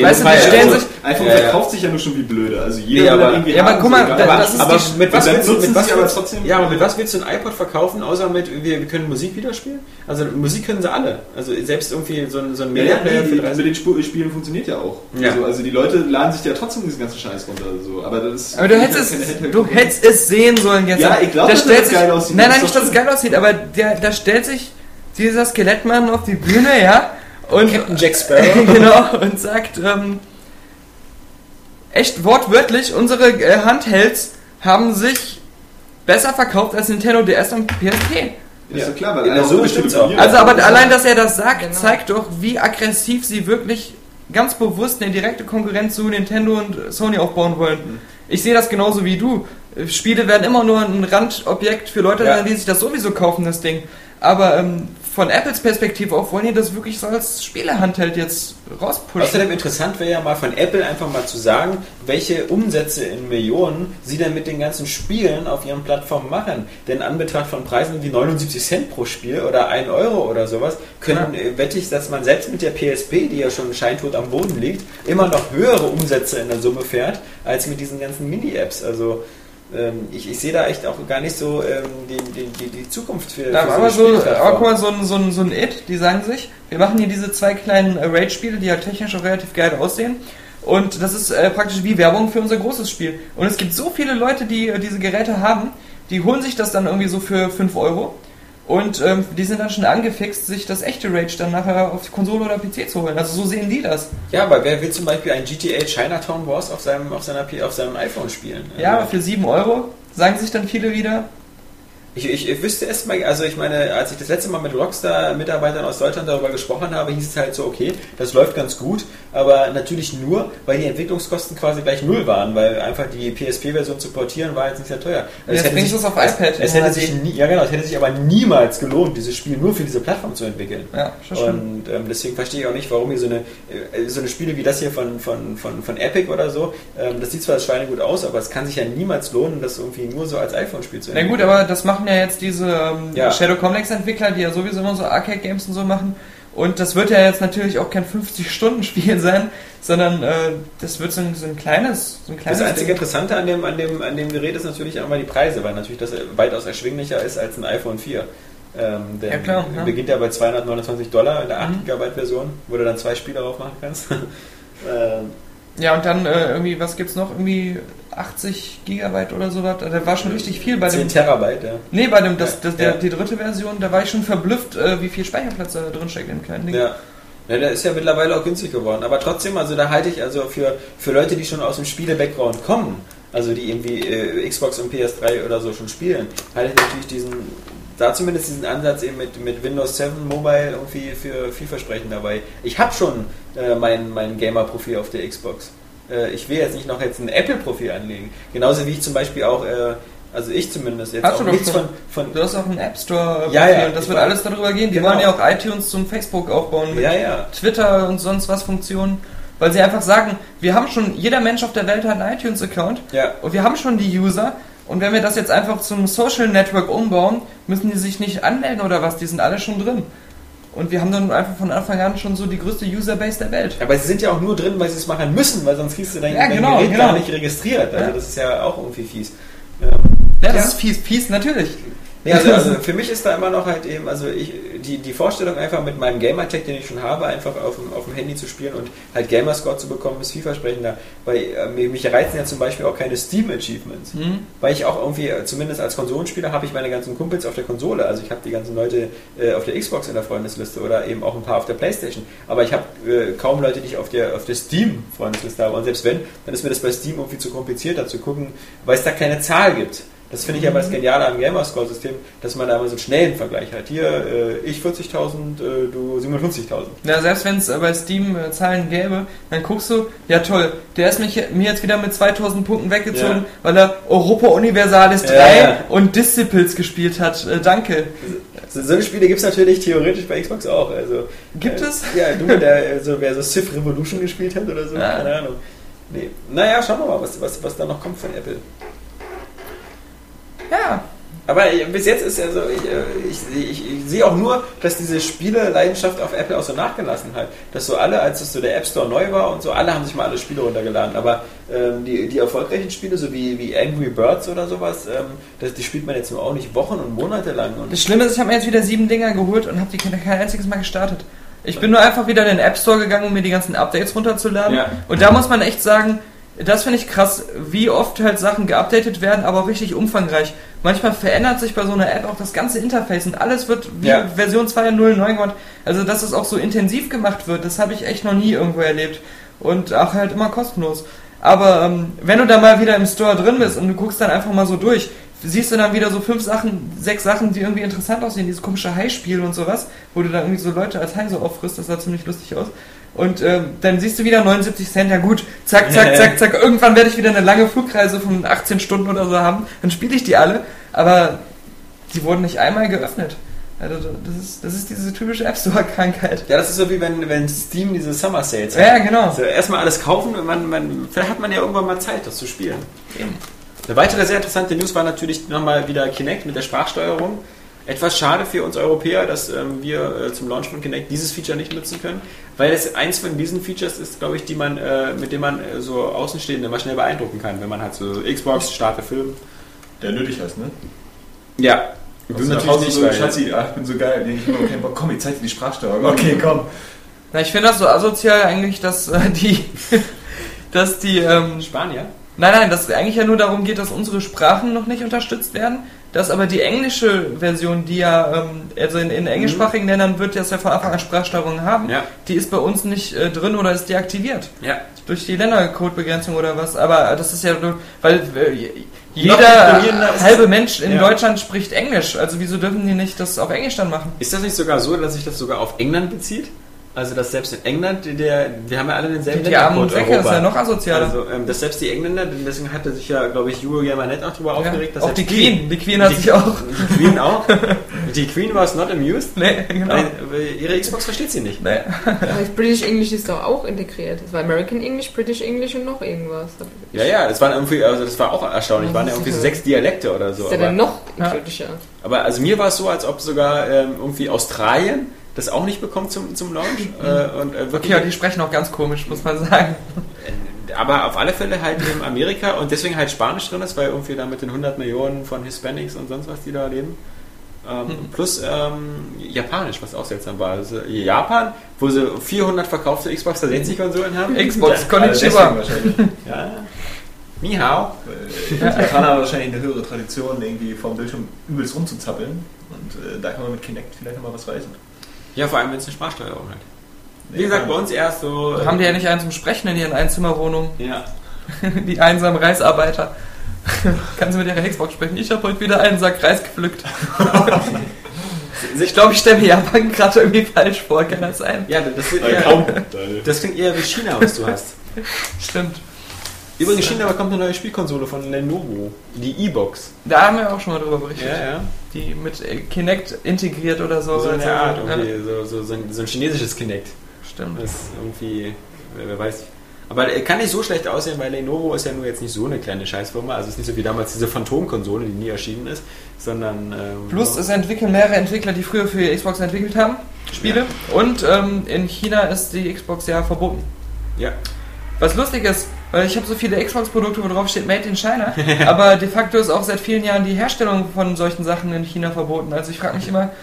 iPhone verkauft sich ja nur schon wie blöde. Also jeder aber guck mal, mit was willst du ein iPod verkaufen, außer mit wir können Musik wieder spielen? Also Musik können sie alle. Also selbst irgendwie so ein Mehrwert für 30. Mit den Spielen funktioniert ja auch. Ja. Also die Leute laden sich ja trotzdem diesen ganzen Scheiß runter. So. Aber du hättest es sehen sollen jetzt. Ja, ich glaube, dass das geil aussieht. Nein, nicht, dass es geil aussieht, aber da stellt sich dieser Skelettmann auf die Bühne, ja, und Captain Jack Sparrow. genau, und sagt echt wortwörtlich, unsere Handhelds haben sich besser verkauft als Nintendo DS und PSP. Ist so klar, weil so bestimmt auch. Also aber allein, dass er das sagt, zeigt doch, wie aggressiv sie wirklich ganz bewusst eine direkte Konkurrenz zu Nintendo und Sony aufbauen wollen. Ich sehe das genauso wie du. Spiele werden immer nur ein Randobjekt für Leute sein, die sich das sowieso kaufen, das Ding. Aber von Apples Perspektive auch wollen die das wirklich so als Spielehandheld jetzt rauspushen. Außerdem interessant wäre ja mal von Apple einfach mal zu sagen, welche Umsätze in Millionen sie denn mit den ganzen Spielen auf ihren Plattformen machen. Denn in Anbetracht von Preisen wie 79 Cent pro Spiel oder 1 Euro oder sowas, wette ich, dass man selbst mit der PSP, die ja schon scheintot am Boden liegt, immer noch höhere Umsätze in der Summe fährt, als mit diesen ganzen Mini-Apps. Also ich sehe da echt auch gar nicht so die Zukunft für aber guck mal, so ein It, die sagen sich, wir machen hier diese 2 kleinen Raid-Spiele, die halt technisch auch relativ geil aussehen. Und das ist praktisch wie Werbung für unser großes Spiel. Und es gibt so viele Leute, die diese Geräte haben, die holen sich das dann irgendwie so für 5 Euro. Und die sind dann schon angefixt, sich das echte Rage dann nachher auf Konsole oder PC zu holen. Also so sehen die das. Ja, aber wer will zum Beispiel ein GTA Chinatown Wars auf seinem iPhone spielen? Ja, aber für 7 Euro sagen sich dann viele wieder. Ich wüsste erst mal, also ich meine, als ich das letzte Mal mit Rockstar-Mitarbeitern aus Deutschland darüber gesprochen habe, hieß es halt so, okay, das läuft ganz gut, aber natürlich nur, weil die Entwicklungskosten quasi gleich 0 waren, weil einfach die PSP-Version zu portieren war jetzt nicht sehr teuer. Also jetzt bringst du es auf iPad. Es hätte sich aber niemals gelohnt, dieses Spiel nur für diese Plattform zu entwickeln. Ja, und deswegen verstehe ich auch nicht, warum hier so eine Spiele wie das hier von Epic oder so, das sieht zwar als Schweinegut aus, aber es kann sich ja niemals lohnen, das irgendwie nur so als iPhone-Spiel zu entwickeln. Na gut, aber das machen ja jetzt diese Shadow Complex Entwickler, die ja sowieso immer so Arcade-Games und so machen. Und das wird ja jetzt natürlich auch kein 50-Stunden-Spiel sein, sondern das wird so ein kleines Das einzige Interessante an dem Gerät ist natürlich einmal die Preise, weil natürlich das weitaus erschwinglicher ist als ein iPhone 4. Der beginnt ja bei $229 in der 8 GB Version, wo du dann 2 Spiele drauf machen kannst. Ja, und dann irgendwie, was gibt's noch? Irgendwie 80 Gigabyte oder sowas. Da war schon richtig viel bei 10 Terabyte, ja. Nee, bei dem, die dritte Version, da war ich schon verblüfft, wie viel Speicherplatz da drin steckt in dem kleinen Ding. Ja. Ja, der ist ja mittlerweile auch günstig geworden. Aber trotzdem, also da halte ich also für Leute, die schon aus dem Spiele-Background kommen, also die irgendwie Xbox und PS3 oder so schon spielen, halte ich natürlich zumindest diesen Ansatz eben mit Windows 7 Mobile irgendwie für vielversprechend dabei. Ich habe schon mein Gamer-Profil auf der Xbox. Ich will jetzt nicht noch ein Apple-Profil anlegen. Genauso wie ich zum Beispiel auch, also ich zumindest, jetzt hast auch nichts von... Du hast auch einen App Store und das wird alles darüber gehen. Die wollen ja auch iTunes zum Facebook aufbauen mit Twitter und sonst was Funktionen. Weil sie einfach sagen, jeder Mensch auf der Welt hat einen iTunes-Account und wir haben schon die User. Und wenn wir das jetzt einfach zum Social Network umbauen, müssen die sich nicht anmelden oder was, die sind alle schon drin. Und wir haben dann einfach von Anfang an schon so die größte Userbase der Welt. Aber sie sind ja auch nur drin, weil sie es machen müssen, weil sonst kriegst du dein Gerät gar nicht registriert. Also das ist ja auch irgendwie fies. Das ist fies, natürlich. Ja, also für mich ist da immer noch halt eben, also die Vorstellung einfach mit meinem Gamertag, den ich schon habe, einfach auf dem Handy zu spielen und halt Gamerscore zu bekommen, ist vielversprechender. Weil mich reizen ja zum Beispiel auch keine Steam-Achievements. Weil ich auch irgendwie, zumindest als Konsolenspieler, habe ich meine ganzen Kumpels auf der Konsole. Also ich habe die ganzen Leute auf der Xbox in der Freundesliste oder eben auch ein paar auf der Playstation. Aber ich habe kaum Leute, die ich auf der Steam-Freundesliste habe. Und selbst wenn, dann ist mir das bei Steam irgendwie zu kompliziert, da zu gucken, weil es da keine Zahl gibt. Das finde ich aber das Geniale am Gamerscore-System, dass man da mal so einen schnellen Vergleich hat. Hier, ich 40.000, du 57.000. Ja, selbst wenn es bei Steam Zahlen gäbe, dann guckst du, ja toll, der ist mir jetzt wieder mit 2.000 Punkten weggezogen, weil er Europa Universalis 3 und Disciples gespielt hat. Danke. So Spiele gibt es natürlich theoretisch bei Xbox auch. Also, gibt es? Ja, wer so Civ Revolution gespielt hat oder so, keine Ahnung. Nee. Naja, schauen wir mal, was da noch kommt von Apple. Ja. Aber bis jetzt ist ja so, ich sehe auch nur, dass diese Spiele-Leidenschaft auf Apple auch so nachgelassen hat. Dass so alle, als es so der App Store neu war und so, alle haben sich mal alle Spiele runtergeladen. Aber die erfolgreichen Spiele, so wie Angry Birds oder sowas, die spielt man jetzt nur auch nicht Wochen und Monate lang. Und das Schlimme ist, ich habe mir jetzt wieder 7 Dinger geholt und habe die kein einziges Mal gestartet. Ich bin nur einfach wieder in den App Store gegangen, um mir die ganzen Updates runterzuladen. Ja. Und da muss man echt sagen, das finde ich krass, wie oft halt Sachen geupdatet werden, aber auch richtig umfangreich. Manchmal verändert sich bei so einer App auch das ganze Interface und alles wird wie Version 2.0 gemacht. Also, dass es auch so intensiv gemacht wird, das habe ich echt noch nie irgendwo erlebt. Und auch halt immer kostenlos. Aber wenn du da mal wieder im Store drin bist und du guckst dann einfach mal so durch, siehst du dann wieder so 6 Sachen, die irgendwie interessant aussehen, dieses komische Hai-Spiel und sowas, wo du dann irgendwie so Leute als Hai so auffrisst, das sah ziemlich lustig aus. Und dann siehst du wieder 79 Cent, ja gut, zack, zack, zack, zack. Irgendwann werde ich wieder eine lange Flugreise von 18 Stunden oder so haben. Dann spiele ich die alle, aber die wurden nicht einmal geöffnet. Also das ist diese typische App Store-Krankheit. Ja, das ist so wie wenn Steam diese Summer Sales hat. Ja, genau. Also erstmal alles kaufen und vielleicht hat man ja irgendwann mal Zeit, das zu spielen. Eben. Eine weitere sehr interessante News war natürlich nochmal wieder Kinect mit der Sprachsteuerung. Etwas schade für uns Europäer, dass wir zum Launch von Kinect dieses Feature nicht nutzen können, weil es eins von diesen Features ist, glaube ich, mit dem man so Außenstehende mal schnell beeindrucken kann, wenn man halt so Xbox, starte Film. Der nötig hast, ne? Ja. Du natürlich nicht so, Schatzi, ich bin so geil, ich habe keinen Bock, komm, ich zeig dir die Sprachsteuerung. Okay, komm. Na, ich finde das so asozial eigentlich, dass die Spanier? Nein, dass es eigentlich ja nur darum geht, dass unsere Sprachen noch nicht unterstützt werden, dass aber die englische Version, die ja, also in englischsprachigen Ländern wird das ja von Anfang an Sprachsteuerung haben, die ist bei uns nicht drin oder ist deaktiviert. Ja. Durch die Ländercodebegrenzung oder was, aber das ist ja, weil jeder halbe Mensch in Deutschland spricht Englisch, also wieso dürfen die nicht das auf Englisch dann machen? Ist das nicht sogar so, dass sich das sogar auf England bezieht? Also, dass selbst in England, wir haben ja alle denselben Ländercode Europa. Das ist ja noch asozialer. Also, dass selbst die Engländer, deswegen hatte sich ja, glaube ich, Hugo Germanet auch darüber aufgeregt, dass auch die Queen hat sich auch. Die Queen auch? Die Queen was not amused? Nee, genau. Ihre Xbox versteht sie nicht. Nee. Aber British English ist doch auch integriert. Das war American English, British English und noch irgendwas. Ja, das waren irgendwie, also das war auch erstaunlich. Waren ja irgendwie so 6 Dialekte oder so. Ist ja dann noch kritischer. Aber also mir war es so, als ob sogar irgendwie Australien das auch nicht bekommt zum Launch. Okay, die sprechen auch ganz komisch, muss man sagen. Aber auf alle Fälle halt in Amerika und deswegen halt Spanisch drin ist, weil irgendwie da mit den 100 Millionen von Hispanics und sonst was, die da leben. Plus Japanisch, was auch seltsam war. Also Japan, wo sie 400 verkaufte Xbox 360-Konsolen haben. Xbox Konnichiwa. Ja. Ni hao. Japaner haben wahrscheinlich eine höhere Tradition, irgendwie vom Bildschirm übelst rumzuzappeln. Und da kann man mit Kinect vielleicht nochmal was reißen. Ja, vor allem, wenn es eine Sprachsteuerung hat. Wie gesagt, bei uns erst so... Haben die ja nicht einen zum Sprechen in ihren Einzimmerwohnungen? Ja. Die einsamen Reisarbeiter. Kannst du mit ihrer Xbox sprechen? Ich habe heute wieder einen Sack Reis gepflückt. Ich glaube, ich stelle mir Japan gerade irgendwie falsch vor. Kann das sein? Ja, das klingt eher wie China, was du hast. Stimmt. Übrigens, China bekommt eine neue Spielkonsole von Lenovo, die E-Box. Da haben wir auch schon mal drüber berichtet. Ja. Die mit Kinect integriert oder so. So eine Art, so ein chinesisches Kinect. Stimmt. Das ist irgendwie, wer weiß. Aber kann nicht so schlecht aussehen, weil Lenovo ist ja nur jetzt nicht so eine kleine Scheißfirma. Also es ist nicht so wie damals diese Phantom-Konsole, die nie erschienen ist, sondern... Plus es entwickeln mehrere Entwickler, die früher für die Xbox entwickelt haben, Spiele. Ja. Und in China ist die Xbox ja verboten. Ja. Was lustig ist, weil ich habe so viele Xbox-Produkte, wo drauf steht Made in China, aber de facto ist auch seit vielen Jahren die Herstellung von solchen Sachen in China verboten. Also ich frage mich immer,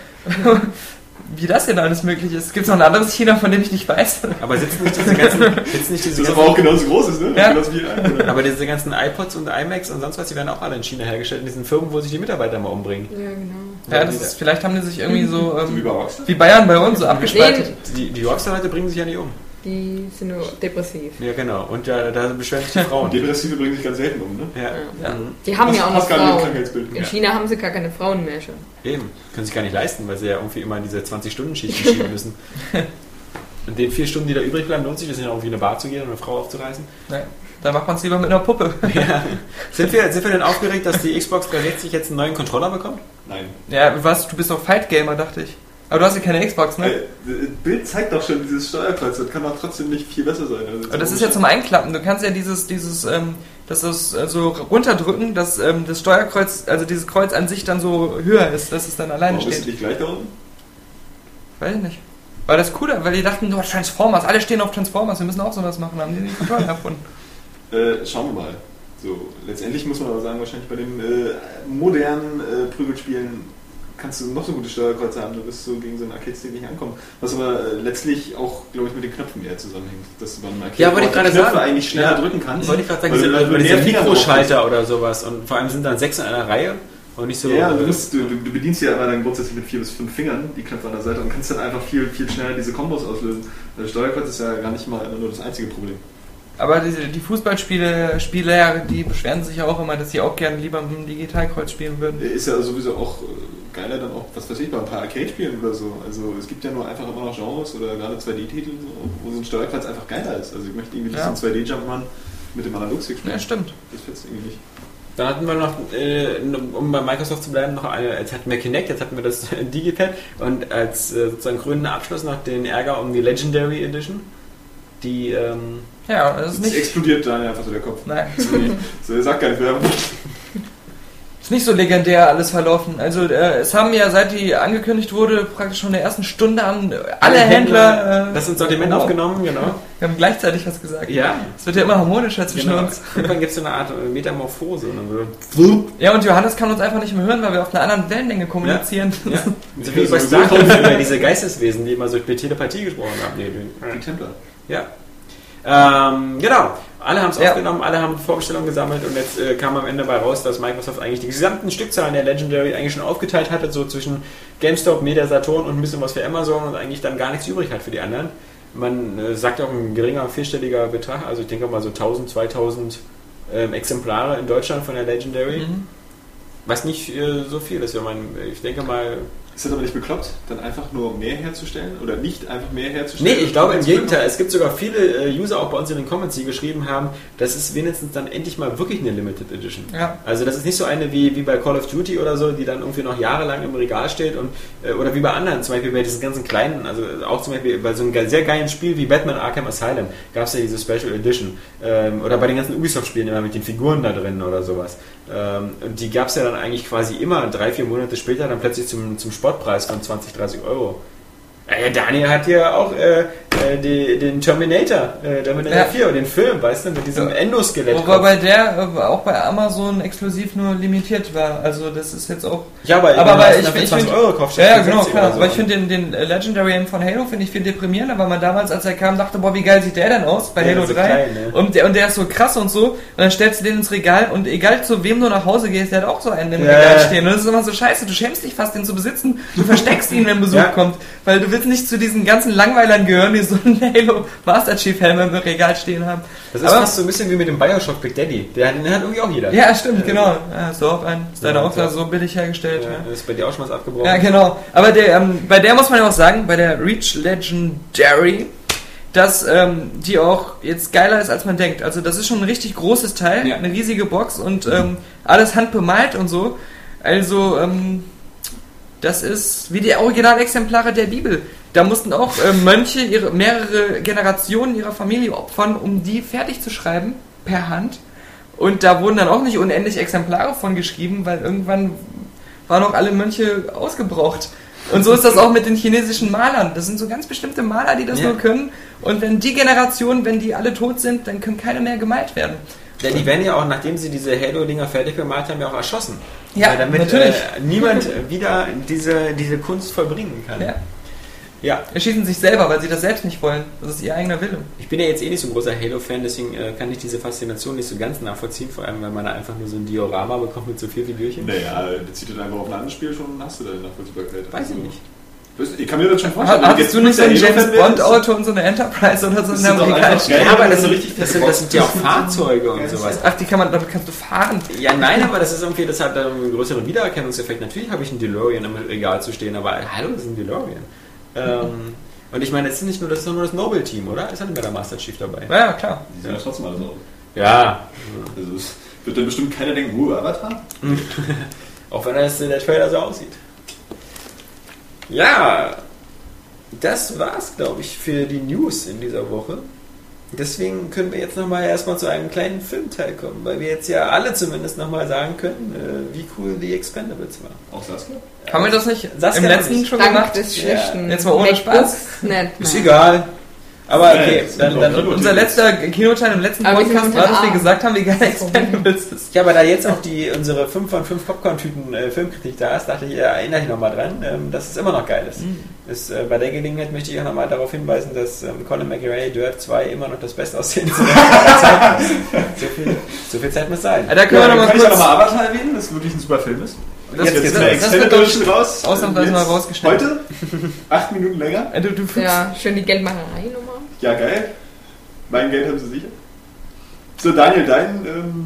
wie das denn alles möglich ist. Gibt es noch ein anderes China, von dem ich nicht weiß? Aber sitzen nicht diese ganzen... das aber auch genauso groß ist, ne? Ja. Aber diese ganzen iPods und iMacs und sonst was, die werden auch alle in China hergestellt, in diesen Firmen, wo sich die Mitarbeiter mal umbringen. Ja, genau. Ja, vielleicht haben die sich irgendwie so wie Bayern bei uns so abgespaltet. Die Rockstar-Leute bringen sich ja nicht um. Die sind nur depressiv. Ja, genau. Und da beschweren sich die Frauen. Depressive bringen sich ganz selten um, ne? Ja. Die haben ja auch noch Frauen. In China haben sie gar keine Frauen mehr schon. Eben. Können sich gar nicht leisten, weil sie ja irgendwie immer in diese 20-Stunden-Schichten schieben müssen. Und den 4 Stunden, die da übrig bleiben, lohnt sich das nicht, irgendwie in eine Bar zu gehen und eine Frau aufzureißen? Nein. Da macht man es lieber mit einer Puppe. Ja. Sind wir denn aufgeregt, dass die Xbox 360 jetzt einen neuen Controller bekommt? Nein. Ja, du bist doch Fight-Gamer, dachte ich. Aber du hast ja keine Xbox, ne? Bild zeigt doch schon dieses Steuerkreuz, das kann doch trotzdem nicht viel besser sein. Aber das ist ja zum Einklappen. Du kannst ja das so runterdrücken, dass das Steuerkreuz, also dieses Kreuz an sich dann so höher ist, dass es dann alleine steht. Ist es nicht gleich da unten? Weiß ich nicht. War das cooler, weil die dachten, Transformers, alle stehen auf Transformers, wir müssen auch sowas machen, haben die den Controller erfunden. Schauen wir mal. So, letztendlich muss man aber sagen, wahrscheinlich bei den modernen Prügelspielen kannst du noch so gute Steuerkreuze haben, du wirst so gegen so einen Arcade-Stick nicht ankommen. Was aber letztlich auch, glaube ich, mit den Knöpfen eher zusammenhängt. Dass du beim Arcade eigentlich schneller drücken kannst. Wollte ich gerade sagen, weil diese Mikroschalter oder sowas und vor allem sind dann 6 in einer Reihe und nicht so... Ja, du bedienst ja aber dann grundsätzlich mit 4 bis 5 Fingern die Knöpfe an der Seite und kannst dann einfach viel, viel schneller diese Kombos auslösen. Das Steuerkreuz ist ja gar nicht mal nur das einzige Problem. Aber die Fußballspieler, die beschweren sich ja auch immer, dass sie auch gerne lieber mit dem Digitalkreuz spielen würden. Ist ja sowieso auch geiler dann auch, was weiß ich, bei ein paar Arcade-Spielen oder so. Also es gibt ja nur einfach immer noch Genres oder gerade 2D-Titel, wo so ein Steuerkreuz einfach geiler ist. Also ich möchte irgendwie nicht so ein 2D-Jumpman mit dem Analogstick spielen. Ja, stimmt. Das fetzt irgendwie nicht. Dann hatten wir noch, um bei Microsoft zu bleiben, jetzt hatten wir Kinect, jetzt hatten wir das Digipad und als sozusagen grünen Abschluss noch den Ärger um die Legendary Edition. Die, ja, das ist nicht... explodiert da einfach so der Kopf. Nein. So, der sagt gar nicht mehr. Ist nicht so legendär alles verlaufen. Also es haben ja, seit die angekündigt wurde, praktisch schon in der ersten Stunde haben alle Händler das ins Sortiment aufgenommen, genau. Wir haben gleichzeitig was gesagt. Ja. Es wird ja immer harmonischer zwischen uns. Irgendwann gibt es so eine Art Metamorphose. Und ja, und Johannes kann uns einfach nicht mehr hören, weil wir auf einer anderen Wellenlänge kommunizieren. Ja. So wie bei Star Wars über diese Geisteswesen, die immer so mit Telepathie gesprochen haben. Die Templer. Ja. Genau. Alle haben es aufgenommen, alle haben Vorbestellungen gesammelt und jetzt kam am Ende bei raus, dass Microsoft eigentlich die gesamten Stückzahlen der Legendary eigentlich schon aufgeteilt hatte, so zwischen GameStop, Media Saturn und ein bisschen was für Amazon und eigentlich dann gar nichts übrig hat für die anderen. Man sagt auch ein geringer, vierstelliger Betrag, also ich denke mal so 1000, 2000 Exemplare in Deutschland von der Legendary, was nicht so viel ist. Ich denke mal... Ist das aber nicht bekloppt, dann einfach nur mehr herzustellen oder nicht einfach mehr herzustellen? Nee, ich glaube im Gegenteil. Es gibt sogar viele User auch bei uns in den Comments, die geschrieben haben, das ist wenigstens dann endlich mal wirklich eine Limited Edition. Ja. Also das ist nicht so eine wie bei Call of Duty oder so, die dann irgendwie noch jahrelang im Regal steht und oder wie bei anderen, zum Beispiel bei diesen ganzen kleinen, also auch zum Beispiel bei so einem sehr geilen Spiel wie Batman Arkham Asylum gab es ja diese Special Edition. Oder bei den ganzen Ubisoft-Spielen immer mit den Figuren da drin oder sowas. Und die gab es ja dann eigentlich quasi immer 3-4 Monate später dann plötzlich zum Sportpreis von 20, 30 Euro. Daniel hat ja auch den Terminator 4 und den Film, weißt du, mit diesem Endoskelett. Wobei bei der auch bei Amazon exklusiv nur limitiert war. Also das ist jetzt auch... Ja, aber ich finde... 20 Euro kauft. Ja, genau, klar. So. Aber ich finde den Legendary von Halo finde ich viel deprimierender, weil man damals, als er kam, dachte, boah, wie geil sieht der denn aus bei Halo 3? Klein, ne? und der ist so krass und so. Und dann stellst du den ins Regal und egal zu wem du nach Hause gehst, der hat auch so einen im Regal stehen. Und das ist immer so scheiße. Du schämst dich fast, den zu besitzen. Du versteckst ihn, wenn Besuch kommt. Weil du willst nicht zu diesen ganzen Langweilern gehören, die so einen Halo Master Chief Helm im Regal stehen haben. Das ist fast so ein bisschen wie mit dem Bioshock Big Daddy. Den hat irgendwie auch jeder. Ja, stimmt, genau. Ja, ist auch ist deiner auch so billig hergestellt. Ja. Ist bei dir auch schon was abgebrochen. Ja, genau. Aber bei der muss man ja auch sagen, bei der Reach Legendary, dass die auch jetzt geiler ist, als man denkt. Also das ist schon ein richtig großes Teil, eine riesige Box und alles handbemalt und so. Also das ist wie die Originalexemplare der Bibel. Da mussten auch Mönche mehrere Generationen ihrer Familie opfern, um die fertig zu schreiben, per Hand. Und da wurden dann auch nicht unendlich Exemplare von geschrieben, weil irgendwann waren auch alle Mönche ausgebraucht. Und so ist das auch mit den chinesischen Malern. Das sind so ganz bestimmte Maler, die das nur können. Und wenn die Generation, wenn die alle tot sind, dann können keine mehr gemalt werden. Ja, die werden ja auch, nachdem sie diese Halo-Dinger fertig gemalt haben, ja auch erschossen. Ja, damit natürlich. Niemand wieder diese Kunst vollbringen kann. Ja. Erschießen sich selber, weil sie das selbst nicht wollen. Das ist ihr eigener Wille. Ich bin ja jetzt nicht so ein großer Halo-Fan, deswegen kann ich diese Faszination nicht so ganz nachvollziehen, vor allem, wenn man da einfach nur so ein Diorama bekommt mit so 4 Figürchen. Naja, bezieht du einfach auf ein anderes Spiel schon und hast du da eine Nachvollziehbarkeit. Weiß ich nicht. Ich kann mir das schon vorstellen. Hattest du nicht so ein James-Bond-Auto und so eine Enterprise oder so in der amerikanischen? Ja, aber das sind ja auch Fahrzeuge und sowas. Ach, damit kannst du fahren. Ja, nein, aber das ist irgendwie, das hat einen größeren Wiedererkennungseffekt. Natürlich habe ich einen DeLorean im Regal zu stehen, aber hallo, das ist ein DeLorean. Und ich meine, das ist doch nur das Noble-Team, oder? Ist ja nicht mehr der Master Chief dabei. Ja, klar. Die sind ja trotzdem alle so. Ja. Also es wird dann bestimmt keiner denken, Avatar? Auch wenn der Trailer so aussieht. Ja, das war's, glaube ich, für die News in dieser Woche. Deswegen können wir jetzt nochmal erstmal zu einem kleinen Filmteil kommen, weil wir jetzt ja alle zumindest nochmal sagen können, wie cool The Expendables war. Auch Saskia? Haben wir das nicht Saskia im letzten schon gemacht? Des schlechten Jetzt mal ohne Spaß. Ist egal. Aber okay, dann unser letzter Kinoteil im letzten Podcast war, dass wir gesagt haben, wie geil Expendables ist. Ja, aber da jetzt auch unsere 5 von 5 Popcorn-Tüten Filmkritik da ist, dachte ich, erinnere ich nochmal dran, dass es immer noch geil ist. Bei der Gelegenheit möchte ich auch nochmal darauf hinweisen, dass Colin McRae Dirt 2 immer noch das Bestaussehendste der Zeit ist. So viel Zeit muss sein. Da können wir nochmal kurz... Kann ich nochmal Avatar erwähnen, das wirklich ein super Film ist? Jetzt ist der Expendables raus. Ausnahmsweise mal rausgeschnitten. Heute? 8 Minuten länger? Ja, schön die Geldmacherei nochmal. Ja, geil. Mein Geld haben sie sicher. So, Daniel, dein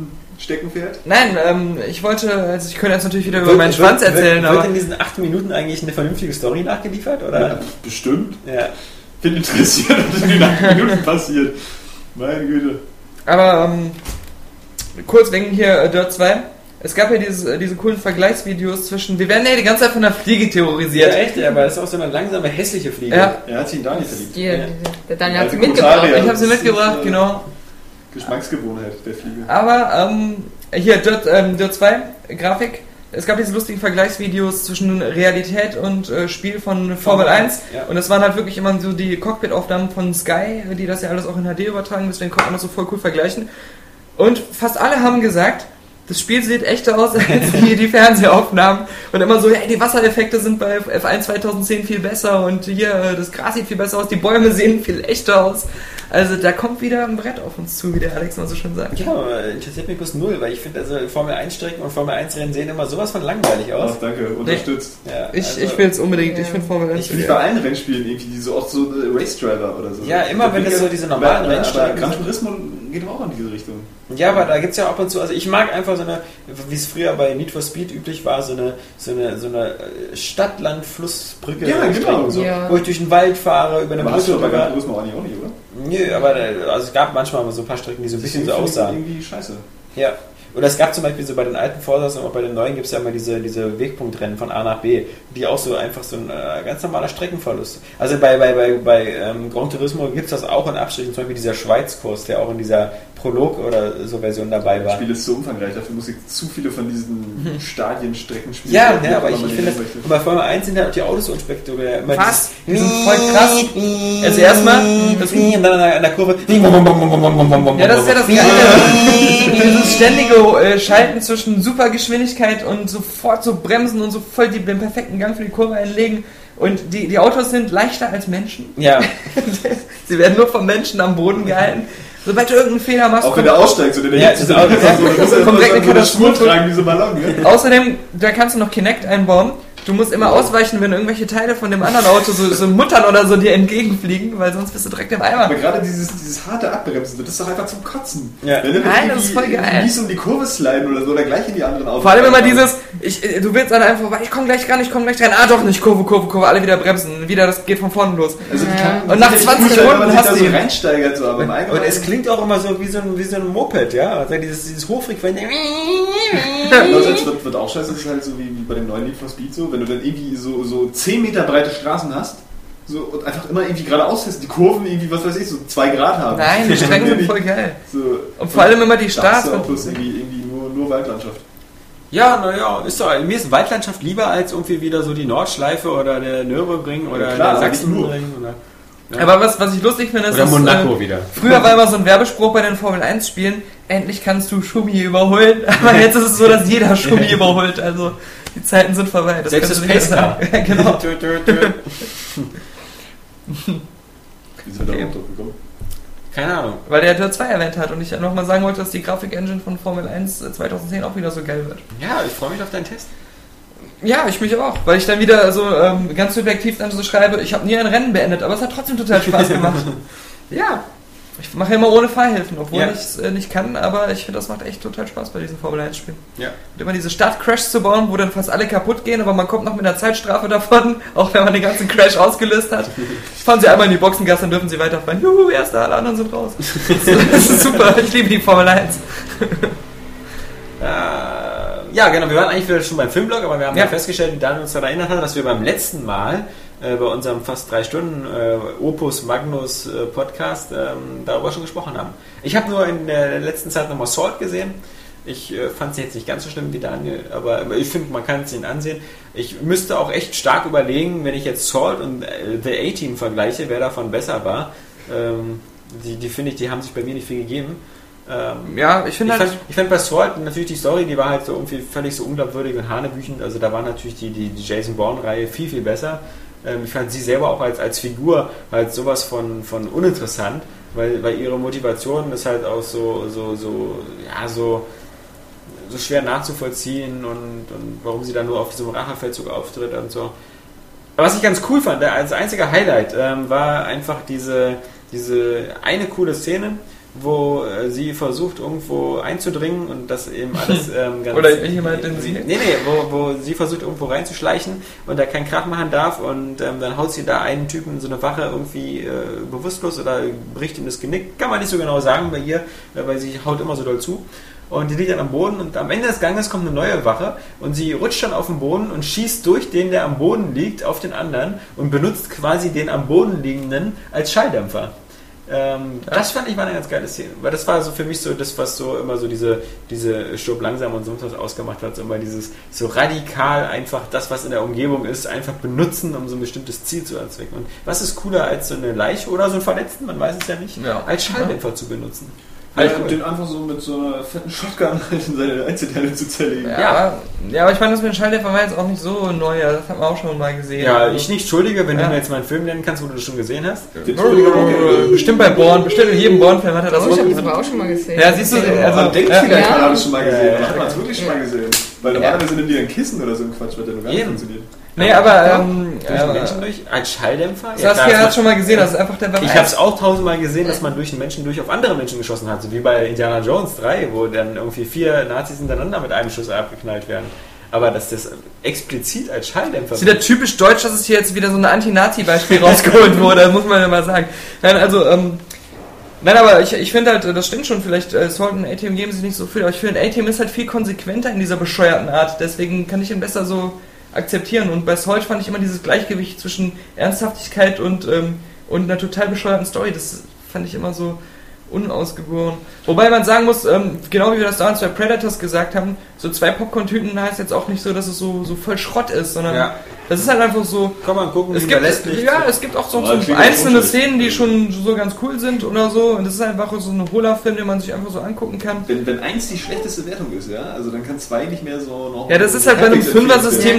Steckenpferd? Nein, ich wollte, also ich könnte jetzt natürlich wieder über meinen Schwanz erzählen, aber... Wird in diesen 8 Minuten eigentlich eine vernünftige Story nachgeliefert, oder? Ja, bestimmt. Ja. Bin interessiert, was in den 8 Minuten passiert. Meine Güte. Aber kurz wegen hier Dirt 2. Es gab ja diese coolen Vergleichsvideos zwischen... Wir werden ja die ganze Zeit von der Fliege terrorisiert. Ja, echt, aber das ist auch so eine langsame, hässliche Fliege. Ja. Er hat sich in Daniel verliebt. Der Daniel hat sie Also mitgebracht. Kutaria. Ich habe sie Das mitgebracht, ist, genau. Geschmacksgewohnheit der Fliege. Aber hier Dirt 2 Grafik. Es gab diese lustigen Vergleichsvideos zwischen Realität und Spiel von Formel 1. Ja. Und das waren halt wirklich immer so die Cockpit-Aufnahmen von Sky, die das ja alles auch in HD übertragen, deswegen konnte man das so voll cool vergleichen. Und fast alle haben gesagt, das Spiel sieht echter aus als die Fernsehaufnahmen. Und immer so, hey, die Wassereffekte sind bei F1 2010 viel besser und hier, das Gras sieht viel besser aus, die Bäume sehen viel echter aus. Also da kommt wieder ein Brett auf uns zu, wie der Alex mal so schön sagt. Ja, aber interessiert mich bloß null, weil ich finde, also Formel 1 Strecken und Formel 1 Rennen sehen immer sowas von langweilig aus. Ach, danke, unterstützt. Ja, Ich will es unbedingt, ich finde Formel 1. Ich finde bei allen Rennspielen irgendwie, die so auch so Race Driver oder so. Ja, immer wenn es so diese normalen Rennstrecken Gran sind. Turismo geht doch auch in diese Richtung. Ja, aber da gibt es ja ab und zu, also ich mag einfach so eine, wie es früher bei Need for Speed üblich war, so eine Stadt-Land-Flussbrücke. Ja, genau. So, Ja. wo ich durch den Wald fahre, über eine Aber hast Brücke du bei Gran rüber. Turismo eigentlich auch nicht, oder? Nö, aber also es gab manchmal so ein paar Strecken, die so ein bisschen so Deswegen finde ich aussahen. irgendwie scheiße. Ja. Oder es gab zum Beispiel so bei den alten Forsas und auch bei den neuen gibt es ja immer diese Wegpunktrennen von A nach B, die auch so einfach so ein ganz normaler Streckenverlust. Also bei Gran Turismo gibt es das auch in Abstrichen, zum Beispiel dieser Schweizkurs, der auch in dieser Prolog oder so Version dabei Das war. Spiel ist so umfangreich, dafür muss ich zu viele von diesen Stadienstrecken spielen. Ja, aber ich finde das, und bei Formel 1 sind ja auch die Autos so unspektakulär. Immer Was? Die sind voll krass. Also erstmal, und dann an der Kurve. ja, das ist ja das Geile. Dieses ständige Schalten zwischen Supergeschwindigkeit und sofort so bremsen und so voll den perfekten Gang für die Kurve einlegen. Und die Autos sind leichter als Menschen. Ja. Sie werden nur vom Menschen am Boden gehalten. Sobald du irgendeinen Fehler machst, auch wenn der aussteigt, so der Ja, Hitze, das Auto- kommt direkt eine so eine Spur Katastrophe. tragen, wie so Ballon, ne? Außerdem, da kannst du noch Kinect einbauen. Du musst immer ausweichen, wenn irgendwelche Teile von dem anderen Auto so Muttern oder so dir entgegenfliegen, weil sonst bist du direkt im Eimer. Aber gerade dieses harte Abbremsen, das ist doch einfach zum Kotzen. Ja. Wenn du Nein, das ist voll geil. mies um die Kurve sliden oder so, oder gleich in die anderen Autos. Vor allem immer dieses, du willst dann einfach, ich komm gleich rein, ah doch nicht, Kurve, alle wieder bremsen, wieder, das geht von vorne los. Also die kann, Und nach das ist 20 echt gut, wenn man Sekunden sich da hast so du ihn. reinsteigert, so, aber im Und Allgemeinen... es klingt auch immer so wie so ein Moped, ja. Also dieses hochfrequente. Das wird auch scheiße, das ist halt so wie bei dem neuen Need for Speed so, wenn du dann irgendwie so 10 Meter breite Straßen hast, so, und einfach immer irgendwie geradeaus fährst, die Kurven irgendwie, was weiß ich, so 2 Grad haben. Nein, die Strecken sind voll geil. So, Und vor allem immer die das Starts. ist ja auch bloß irgendwie nur Waldlandschaft. Ja, naja, ist doch, mir ist Waldlandschaft lieber als irgendwie wieder so die Nordschleife oder der Nürburgring oder Ja, klar, der aber nicht nur. Sachsenring. Oder Aber was ich lustig finde, ist, oder dass, Monaco wieder. früher war immer so ein Werbespruch bei den Formel 1 Spielen, endlich kannst du Schumi überholen, aber jetzt ist es so, dass jeder Schumi überholt, also die Zeiten sind vorbei. Das Selbst kannst das du nicht Pacecar. sagen. Ja, genau. Tö, tö, tö. Wie sind wir da überhaupt drauf gekommen? Keine Ahnung. Weil der Dirt 2 erwähnt hat und ich nochmal sagen wollte, dass die Grafik-Engine von Formel 1 2010 auch wieder so geil wird. Ja, ich freue mich auf deinen Test. Ja, ich mich auch, weil ich dann wieder so ganz subjektiv dann so schreibe, ich habe nie ein Rennen beendet, aber es hat trotzdem total Spaß gemacht. Ja, ich mache immer ohne Fahrhilfen, obwohl Ja. ich es nicht kann, aber ich finde, das macht echt total Spaß bei diesen Formel 1 Spielen. Ja. Und immer diese Start-Crashs zu bauen, wo dann fast alle kaputt gehen, aber man kommt noch mit einer Zeitstrafe davon, auch wenn man den ganzen Crash ausgelöst hat. Fahren sie einmal in die Boxengasse, dann dürfen sie weiterfahren. Juhu, erster, alle anderen sind raus. Das ist super, ich liebe die Formel 1. Ja, genau, wir waren eigentlich wieder schon beim Filmblog, aber wir haben Ja. ja festgestellt, wie Daniel uns daran erinnert hat, dass wir beim letzten Mal bei unserem fast 3 Stunden Opus Magnus Podcast darüber schon gesprochen haben. Ich habe nur in der letzten Zeit nochmal Salt gesehen. Ich fand es jetzt nicht ganz so schlimm wie Daniel, aber ich finde, man kann es ihnen ansehen. Ich müsste auch echt stark überlegen, wenn ich jetzt Salt und The A-Team vergleiche, wer davon besser war. Die finde ich, die haben sich bei mir nicht viel gegeben. Ja, ich finde halt... Ich fand bei Salt natürlich die Story, die war halt so irgendwie völlig so unglaubwürdig und hanebüchend. Also da war natürlich die Jason Bourne-Reihe viel, viel besser. Ich fand sie selber auch als Figur halt sowas von uninteressant, weil ihre Motivation ist halt auch so schwer nachzuvollziehen und warum sie dann nur auf diesem Rachefeldzug auftritt und so. Aber was ich ganz cool fand, als einziger Highlight war einfach diese eine coole Szene, wo sie versucht, irgendwo einzudringen und das eben alles ganz... Oder jemand in sie? Nee, wo sie versucht, irgendwo reinzuschleichen und da keinen Krach machen darf und dann haut sie da einen Typen, so eine Wache, irgendwie bewusstlos oder bricht ihm das Genick. Kann man nicht so genau sagen bei ihr, weil sie haut immer so doll zu. Und die liegt dann am Boden und am Ende des Ganges kommt eine neue Wache und sie rutscht dann auf den Boden und schießt durch den, der am Boden liegt, auf den anderen und benutzt quasi den am Boden liegenden als Schalldämpfer. Das fand ich mal eine ganz geile Szene, weil das war so für mich so das, was so immer so diese Stirb langsam und sonst was ausgemacht hat, so immer dieses so radikal einfach das, was in der Umgebung ist, einfach benutzen, um so ein bestimmtes Ziel zu erzwingen. Und was ist cooler als so eine Leiche oder so einen Verletzten, man weiß es ja nicht, als Schalldämpfer zu benutzen. Den einfach so mit so einer fetten Shotgun in seine Einzelteile zu zerlegen. Ja, aber ich fand das mit dem Schalldämpfer war jetzt auch nicht so neu, das hat man auch schon mal gesehen. Ja, ich nicht, Entschuldige, wenn du mir jetzt mal einen Film nennen kannst, wo du das schon gesehen hast. Bestimmt bei Bourne, bestimmt in jedem Bourne-Film hat er das ich habe das aber auch schon mal gesehen. Ja, siehst du, also, man denkt vielleicht, man hat es schon mal gesehen, aber hat man es wirklich schon mal gesehen. Weil normalerweise nimmt die ein Kissen oder so ein Quatsch, weil der nur gar nicht funktioniert. Nee, aber durch Menschen durch als Schalldämpfer? Saskia hat schon mal gesehen, das ist einfach der Beweis. Ich habe es auch 1000-mal gesehen, dass man durch einen Menschen durch auf andere Menschen geschossen hat, so wie bei Indiana Jones 3, wo dann irgendwie 4 Nazis hintereinander mit einem Schuss abgeknallt werden. Aber dass das explizit als Schalldämpfer... ist wieder typisch deutsch, dass es hier jetzt wieder so ein Anti-Nazi-Beispiel rausgeholt wurde, muss man ja mal sagen. Nein, also, nein, aber ich finde halt, das stimmt schon, vielleicht sollten A-Team geben sich nicht so viel, aber ich finde, A-Team ist halt viel konsequenter in dieser bescheuerten Art, deswegen kann ich ihn besser so akzeptieren. Und bei Salt fand ich immer dieses Gleichgewicht zwischen Ernsthaftigkeit und einer total bescheuerten Story, das fand ich immer so unausgegoren. Wobei man sagen muss, genau wie wir das damals bei Predators gesagt haben, so 2 Popcorn-Tüten heißt jetzt auch nicht so, dass es so voll Schrott ist, sondern das ist halt einfach so... Kann man gucken, es gibt auch so einzelne Szenen, die schon so ganz cool sind oder so, und das ist einfach so ein Hohler-Film, den man sich einfach so angucken kann. Wenn 1 die schlechteste Wertung ist, ja, also dann kann 2 nicht mehr so noch... Ja, das ist halt bei einem Fünfer-System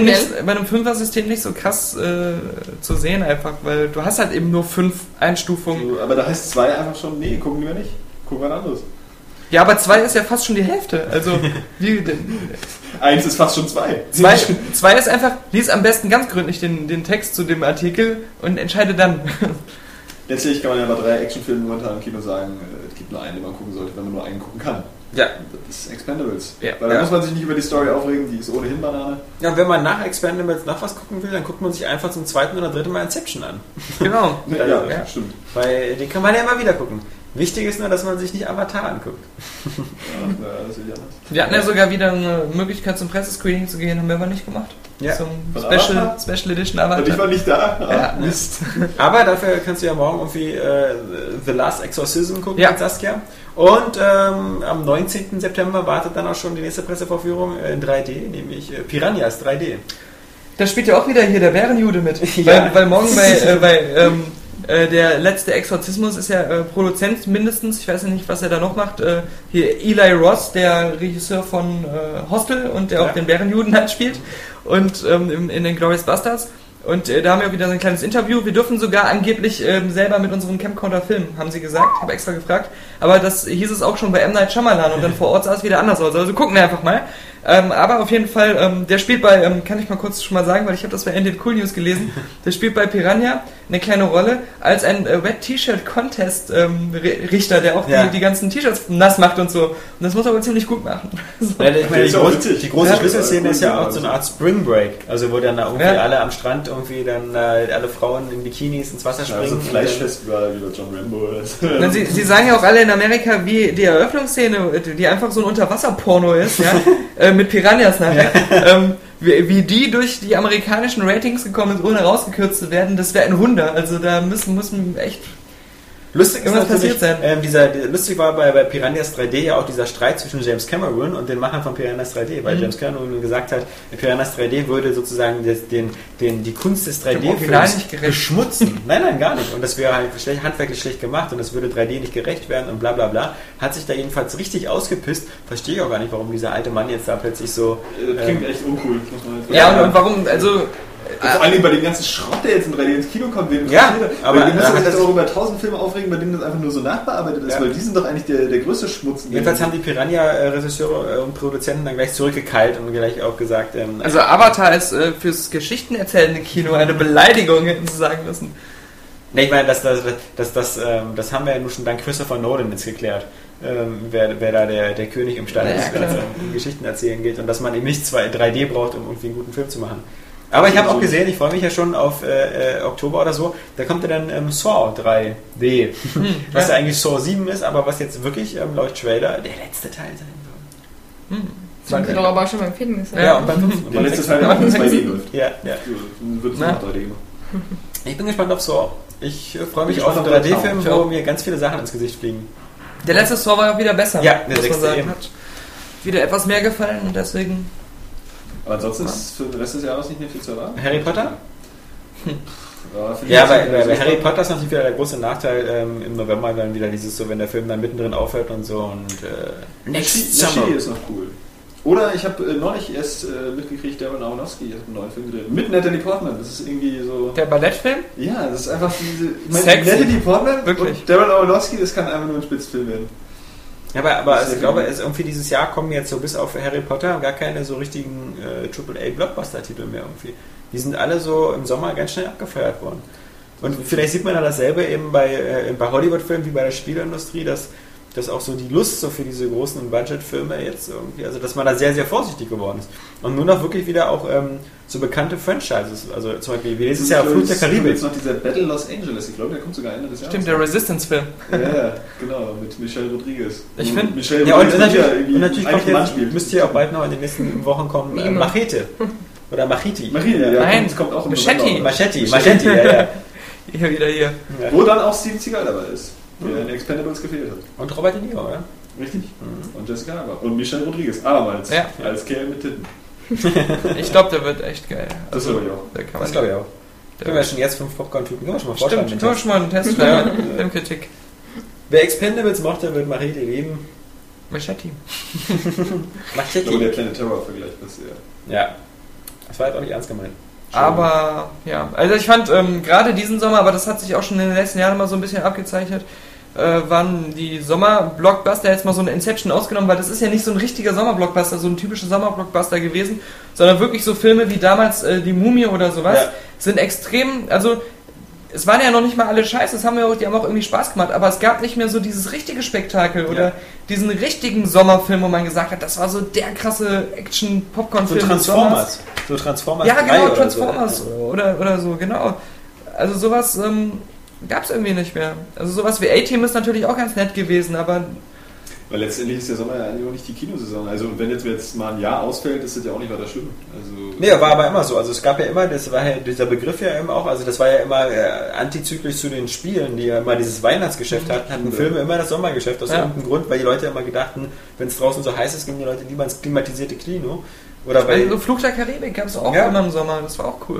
nicht so krass zu sehen einfach, weil du hast halt eben nur 5 Einstufungen. So, aber da heißt 2 einfach schon, nee, gucken wir nicht, gucken wir anderes. Ja, aber 2 ist ja fast schon die Hälfte. Also, 1 ist fast schon 2. 2 ist einfach, lies am besten ganz gründlich den Text zu dem Artikel und entscheide dann. Letztlich kann man ja bei 3 Actionfilmen momentan im Kino sagen, es gibt nur einen, den man gucken sollte, wenn man nur einen gucken kann. Ja. Das ist Expendables. Ja. Weil da muss man sich nicht über die Story aufregen, die ist ohnehin Banane. Ja, und wenn man nach Expendables noch was gucken will, dann guckt man sich einfach zum 2. oder 3. Mal Inception an. Genau. Ja, stimmt. Weil den kann man ja immer wieder gucken. Wichtig ist nur, dass man sich nicht Avatar anguckt. Das will ich anders. Wir hatten ja sogar wieder eine Möglichkeit zum Pressescreening zu gehen, haben wir aber nicht gemacht. Ja. Zum Special Edition Avatar. Und ich war nicht da. Ja. Mist. Aber dafür kannst du ja morgen irgendwie The Last Exorcism gucken mit Saskia. Und am 19. September wartet dann auch schon die nächste Pressevorführung in 3D, nämlich Piranhas 3D. Da spielt ja auch wieder hier der Bärenjude mit. Ja. Weil morgen der letzte Exorzismus ist ja Produzent mindestens, ich weiß ja nicht, was er da noch macht. Hier Eli Roth, der Regisseur von Hostel und der auch den Bärenjuden halt spielt und in den Glorious Bastards. Und da haben wir wieder so ein kleines Interview. Wir dürfen sogar angeblich selber mit unserem Camcorder filmen, haben sie gesagt. Ich habe extra gefragt. Aber das hieß es auch schon bei M. Night Shyamalan und dann vor Ort sah es wieder anders aus. Also gucken wir einfach mal. Aber auf jeden Fall, der spielt bei, kann ich mal kurz schon mal sagen, weil ich habe das bei Ended Cool News gelesen, der spielt bei Piranha eine kleine Rolle als ein Wet T-Shirt Contest Richter, der auch die ganzen T-Shirts nass macht und so. Und das muss er aber ziemlich gut machen. So. Ja, ich meine, die große Schlüsselszene ist ja auch so eine Art Spring Break. Also wo dann da irgendwie alle am Strand irgendwie dann alle Frauen in Bikinis ins Wasser springen. Also Fleischfestival wie bei John Rambo oder so. Dann sie sagen ja auch alle in Amerika, wie die Eröffnungsszene, die einfach so ein Unterwasserporno ist, ja, mit Piranhas nachher, wie die durch die amerikanischen Ratings gekommen ist, ohne rausgekürzt zu werden, das wäre ein Wunder. Also da müssen echt lustig irgendwas passiert sein. Lustig war bei Piranhas 3D ja auch dieser Streit zwischen James Cameron und den Machern von Piranhas 3D, weil James Cameron gesagt hat, Piranhas 3D würde sozusagen die Kunst des 3D-Films beschmutzen. Nein, gar nicht. Und das wäre halt handwerklich schlecht gemacht und das würde 3D nicht gerecht werden und bla bla bla. Hat sich da jedenfalls richtig ausgepisst. Verstehe ich auch gar nicht, warum dieser alte Mann jetzt da plötzlich so... klingt echt uncool, muss man jetzt sagen. Ja, und warum, also... Vor allem bei dem ganzen Schrott, der jetzt in 3D ins Kino kommt, aber die müssen sich das auch über 1000 Filme aufregen, bei denen das einfach nur so nachbearbeitet ist, weil die sind doch eigentlich der größte Schmutz. Jedenfalls haben die Piranha-Regisseure und Produzenten dann gleich zurückgekeilt und gleich auch gesagt... also Avatar ist fürs Geschichtenerzählende Kino eine Beleidigung, hätten sie sagen müssen. Ne, ich meine, das haben wir ja nur schon dank Christopher Nolan jetzt geklärt. Wer da der König im Stall ist, wenn es um Geschichten erzählen geht und dass man eben nicht 3D braucht, um irgendwie einen guten Film zu machen. Aber ich habe auch gesehen, ich freue mich ja schon auf Oktober oder so, da kommt ja dann Saw 3D, was ja eigentlich Saw 7 ist, aber was jetzt wirklich laut Trailer der letzte Teil sein soll. Das haben sie doch aber auch schon beim 4. gesagt. Ja, und beim 5. Der letzte Teil, der auch in 2D läuft. Ja. Dann wird es noch 3D gemacht. Ich bin gespannt auf Saw. Ich freue mich auf einen 3D-Film, wo mir ganz viele Sachen ins Gesicht fliegen. Der letzte Saw war auch wieder besser. Ja, der muss man 6. sagen. eben. Hat wieder etwas mehr gefallen und deswegen... Aber ansonsten ist für den Rest des Jahres nicht mehr viel zu erwarten. Harry Potter? Ja, bei Harry Potter ist natürlich wieder der große Nachteil im November dann wieder dieses so, wenn der Film dann mittendrin aufhört und so und Next Summer ist noch cool. Oder ich habe neulich erst mitgekriegt, Darren Aronofsky hat einen neuen Film gedreht. Mit Natalie Portman. Das ist irgendwie so... Der Ballettfilm? Ja, das ist einfach diese... Sexy. Natalie Portman Wirklich? und Darren Aronofsky, das kann einfach nur ein Spitzfilm werden. Ja, aber ich glaube, irgendwie dieses Jahr kommen jetzt so bis auf Harry Potter gar keine so richtigen AAA-Blockbuster-Titel mehr irgendwie. Die sind alle so im Sommer ganz schnell abgefeuert worden. Und vielleicht sieht man ja dasselbe eben bei Hollywood-Filmen wie bei der Spielindustrie, dass auch so die Lust so für diese großen Budget-Filme jetzt irgendwie, also dass man da sehr, sehr vorsichtig geworden ist. Und nur noch wirklich wieder auch so bekannte Franchises, also zum Beispiel wie dieses Jahr Fluch der Karibik. Jetzt noch dieser Battle Los Angeles, ich glaube, der kommt sogar Ende des Jahres. Stimmt, der Resistance-Film. Ja, genau, mit Michelle Rodriguez. Ich finde... Und natürlich kommt jetzt, müsste ja auch bald noch in den nächsten Wochen kommen, Machete. Oder Machiti. Nein, das kommt auch im Machete. Machete, ja. Hier wieder hier. Ja. Wo dann auch Steven Seagal dabei ist, der in Expendables gefehlt hat. Und Robert De Niro, oder? Richtig. Und Jessica Alba. Und Michelle Rodriguez, abermals. Ja. Als Kerl mit Titten. Ich glaube, der wird echt geil. Das glaube ich auch. Das glaube ich auch. Können wir schon jetzt 5 Popcorn-Typen, können wir schon mal vorstellen. Stimmt, können wir schon mal einen Test für Filmkritik. Wer Expendables mochte, wird Machete lieben. Machete. Ich glaube, der kleine Terror-Vergleich ist ja. Das war jetzt auch nicht ernst gemeint. Aber, ja, also ich fand gerade diesen Sommer, aber das hat sich auch schon in den letzten Jahren mal so ein bisschen abgezeichnet, waren die Sommer-Blockbuster, jetzt mal so eine Inception ausgenommen, weil das ist ja nicht so ein richtiger Sommer-Blockbuster, so ein typischer Sommer-Blockbuster gewesen, sondern wirklich so Filme wie damals Die Mumie oder sowas, sind extrem, also es waren ja noch nicht mal alle scheiße, die haben auch irgendwie Spaß gemacht, aber es gab nicht mehr so dieses richtige Spektakel oder diesen richtigen Sommerfilm, wo man gesagt hat, das war so der krasse Action-Popcorn-Film. So Transformers. So Transformers. Ja, genau, Transformers. Oder so, genau. Also sowas gab es irgendwie nicht mehr. Also sowas wie A-Team ist natürlich auch ganz nett gewesen, aber... Weil letztendlich ist der Sommer ja eigentlich auch nicht die Kinosaison. Also wenn jetzt mal ein Jahr ausfällt, ist das ja auch nicht weiter schlimm. Also nee, war aber immer so. Also es gab ja immer, das war ja dieser Begriff ja immer auch, also das war ja immer antizyklisch zu den Spielen, die ja immer dieses Weihnachtsgeschäft hatten Filme immer das Sommergeschäft aus irgendeinem Grund, weil die Leute immer gedachten, wenn es draußen so heiß ist, gehen die Leute lieber ins klimatisierte Kino. Oder bei so Fluch der Karibik gab es auch immer im Sommer, das war auch cool.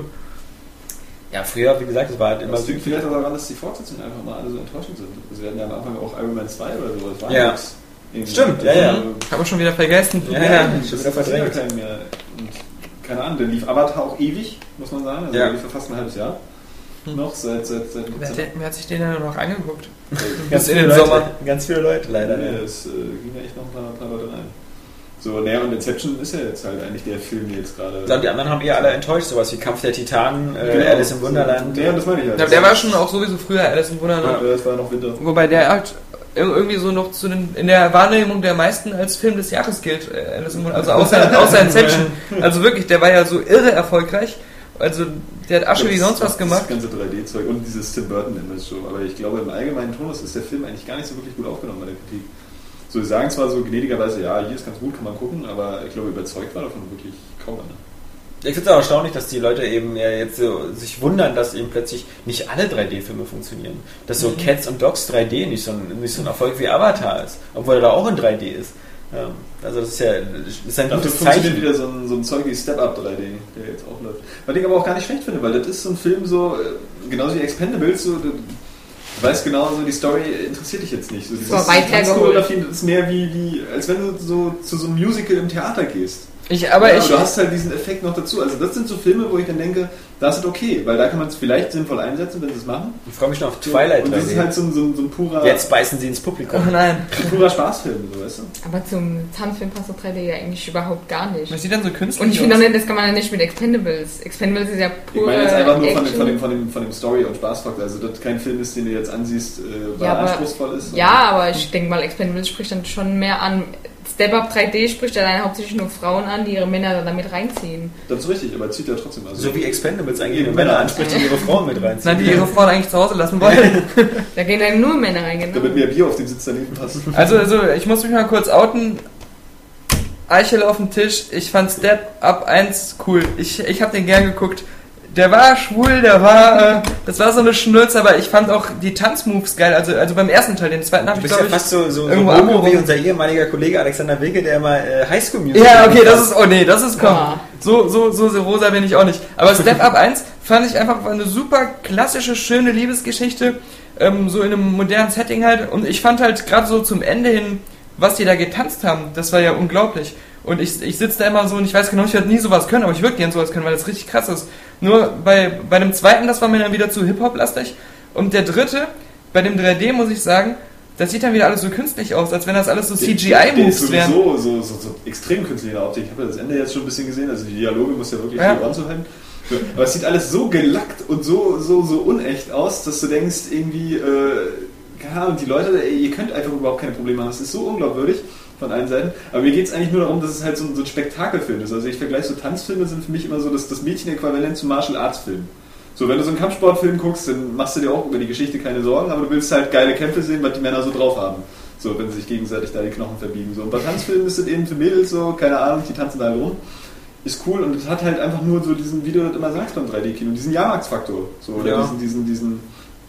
Ja, früher, wie gesagt, es war halt immer so. Vielleicht aber daran, dass die Fortsetzungen einfach mal alle so enttäuschend sind. Also wir hatten ja am Anfang auch Iron Man 2 oder so. Das war nichts. Stimmt, ja. Haben wir schon wieder vergessen. Ja, schon wieder verdrängt. Und keine Ahnung, der lief Avatar auch ewig, muss man sagen. Also der lief fast ein halbes Jahr. Noch seit Wer hat sich den denn noch angeguckt? Ganz in den Sommer. Ganz viele Leute leider. Ja, es ging ja echt noch ein paar Leute rein. So, naja, und Inception ist ja jetzt halt eigentlich der Film, der jetzt gerade... Ja, die anderen haben eher alle enttäuscht, sowas wie Kampf der Titanen, Alice im Wunderland. Ja, das meine ich halt. Ja, der war schon auch sowieso früher Alice im Wunderland. Ja, das war noch Winter. Wobei der halt irgendwie so noch in der Wahrnehmung der meisten als Film des Jahres gilt, Alice im Wunderland, also außer Inception. Also wirklich, der war ja so irre erfolgreich. Also der hat Asche wie sonst was gemacht. Das ganze 3D-Zeug und dieses Tim Burton-Image so. Aber ich glaube, im allgemeinen Tonus ist der Film eigentlich gar nicht so wirklich gut aufgenommen bei der Kritik. So, sie sagen zwar so gnädigerweise, ja, hier ist ganz gut, kann man gucken, aber ich glaube, überzeugt war davon wirklich kaum einer. Ich finde es auch erstaunlich, dass die Leute eben jetzt so sich wundern, dass eben plötzlich nicht alle 3D-Filme funktionieren. Dass so Cats und Dogs 3D nicht so ein Erfolg wie Avatar ist, obwohl er da auch in 3D ist. Also das ist ja ein gutes Zeichen. Funktioniert wieder so ein Zeug wie Step-Up 3D, der jetzt auch läuft. Was ich aber auch gar nicht schlecht finde, weil das ist so ein Film so, genauso wie Expendables, so, du weißt genau, so die Story interessiert dich jetzt nicht. So, das war weit hergeholt. Das ist mehr wie als wenn du so zu so einem Musical im Theater gehst. Aber du hast halt diesen Effekt noch dazu. Also das sind so Filme, wo ich dann denke, das ist okay, weil da kann man es vielleicht sinnvoll einsetzen, wenn sie es machen. Ich freue mich noch auf Twilight. Und das ist halt so ein purer... Jetzt beißen sie ins Publikum. Oh nein. Ein purer Spaßfilm, so, weißt du? Aber zum Tanzfilm passt doch 3D ja eigentlich überhaupt gar nicht. Was sieht denn so künstlich Und ich finde auch nicht, das kann man ja nicht mit Expendables. Expendables ist ja pure Ich meine jetzt einfach nur Action. von dem Story- und Spaßfaktor. Also das kein Film ist, den du jetzt ansiehst, weil Ja, er aber- anspruchsvoll ist. Ja, aber ich denke mal, Expendables spricht dann schon mehr an. Step Up 3D spricht ja dann hauptsächlich nur Frauen an, die ihre Männer dann damit reinziehen. Das ist richtig, aber zieht ja trotzdem. Also So wie Expendables eigentlich nur Männer anspricht und ihre Frauen mit reinziehen. Nein, die ihre Frauen eigentlich zu Hause lassen wollen. Da gehen dann nur Männer rein, genau. damit mehr Bier auf den Sitz daneben passt. Also ich muss mich mal kurz outen. Eichel auf dem Tisch. Ich fand Step Up 1 cool. Ich habe den gern geguckt. Der war schwul, das war so eine Schnulze, aber ich fand auch die Tanzmoves geil. Also beim ersten Teil, den zweiten habe Du ich bist ja glaube fast so irgendwo homo wie abgehoben. unser ehemaliger Kollege Alexander Wilke, der mal Highschool Musical Ja, okay, gemacht hat. das ist komm. So rosa bin ich auch nicht. Aber Step Up 1 fand ich einfach eine super klassische, schöne Liebesgeschichte, so in einem modernen Setting halt. Und ich fand halt gerade so zum Ende hin, was die da getanzt haben, das war ja unglaublich. Und ich sitze da immer so und ich weiß genau, ich werde nie sowas können, aber ich würde gerne sowas können, weil das richtig krass ist. Nur bei dem zweiten, das war mir dann wieder zu Hip-Hop-lastig. Und der dritte, bei dem 3D muss ich sagen, das sieht dann wieder alles so künstlich aus, als wenn das alles so CGI-Moves wären. So extrem künstlich in der Optik. Ich habe ja das Ende jetzt schon ein bisschen gesehen, also die Dialoge muss ja wirklich viel ranzuhalten. Aber es sieht alles so gelackt und so unecht aus, dass du denkst, irgendwie, keine Ahnung, die Leute, ihr könnt einfach überhaupt keine Probleme haben. Das ist so unglaubwürdig von allen Seiten. Aber mir geht es eigentlich nur darum, dass es halt so ein Spektakelfilm ist. Also ich vergleiche so Tanzfilme sind für mich immer so das Mädchen-Äquivalent zu Martial Arts Filmen. So, wenn du so einen Kampfsportfilm guckst, dann machst du dir auch über die Geschichte keine Sorgen, aber du willst halt geile Kämpfe sehen, was die Männer so drauf haben. So, wenn sie sich gegenseitig da die Knochen verbiegen. So, und bei Tanzfilmen ist es eben für Mädels so, keine Ahnung, die tanzen da rum. Ist cool und es hat halt einfach nur so diesen, wie du das immer sagst beim 3D-Kino, diesen Jahrmarktsfaktor. So, oder Ja. diesen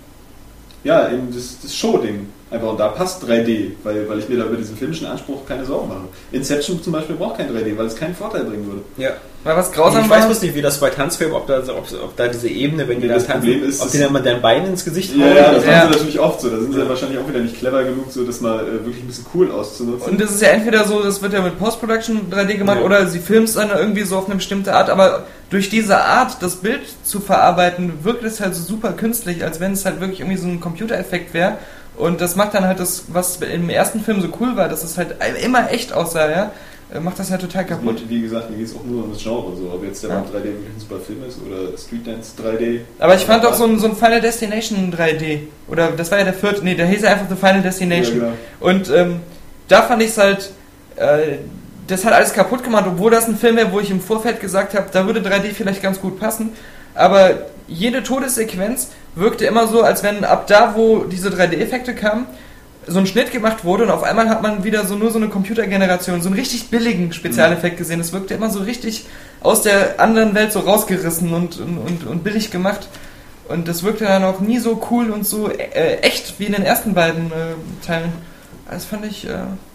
ja, eben das Show-Ding. Einfach, und da passt 3D, weil ich mir da über diesen filmischen Anspruch keine Sorgen mache. Inception zum Beispiel braucht kein 3D, weil es keinen Vorteil bringen würde. Ja. Weil was grausam Ich war. weiß bloß nicht, wie das bei Tanzfilmen, ob da diese Ebene, wenn die Ja, das das tanzen, Problem ist, ob die dann mal dein Bein ins Gesicht Ja, das Ja. machen sie natürlich oft so. Da sind sie ja wahrscheinlich auch wieder nicht clever genug, so das mal wirklich ein bisschen cool auszunutzen. Und das ist ja entweder so, das wird ja mit Post-Production 3D gemacht, Ja. oder sie filmen es dann irgendwie so auf eine bestimmte Art, aber durch diese Art, das Bild zu verarbeiten, wirkt es halt so super künstlich, als wenn es halt wirklich irgendwie so ein Computereffekt wäre. Und das macht dann halt das, was im ersten Film so cool war, dass es halt immer echt aussah, ja, macht das halt total kaputt. Wie gesagt, mir geht es auch nur um das Genre. So. Ob jetzt der Ja. 3D wirklich ein super Film ist oder Street Dance 3D. Aber ich fand auch so ein Final Destination 3D, oder das war ja der vierte, nee, der hieß ja einfach The Final Destination. Ja, genau. Und da fand ich es halt, das hat alles kaputt gemacht, obwohl das ein Film wäre, wo ich im Vorfeld gesagt habe, da würde 3D vielleicht ganz gut passen. Aber jede Todessequenz wirkte immer so, als wenn ab da, wo diese 3D-Effekte kamen, so ein Schnitt gemacht wurde und auf einmal hat man wieder nur so eine Computergeneration, so einen richtig billigen Spezialeffekt gesehen. Es wirkte immer so richtig aus der anderen Welt so rausgerissen und billig gemacht. Und das wirkte dann auch nie so cool und so echt wie in den ersten beiden Teilen. Das fand ich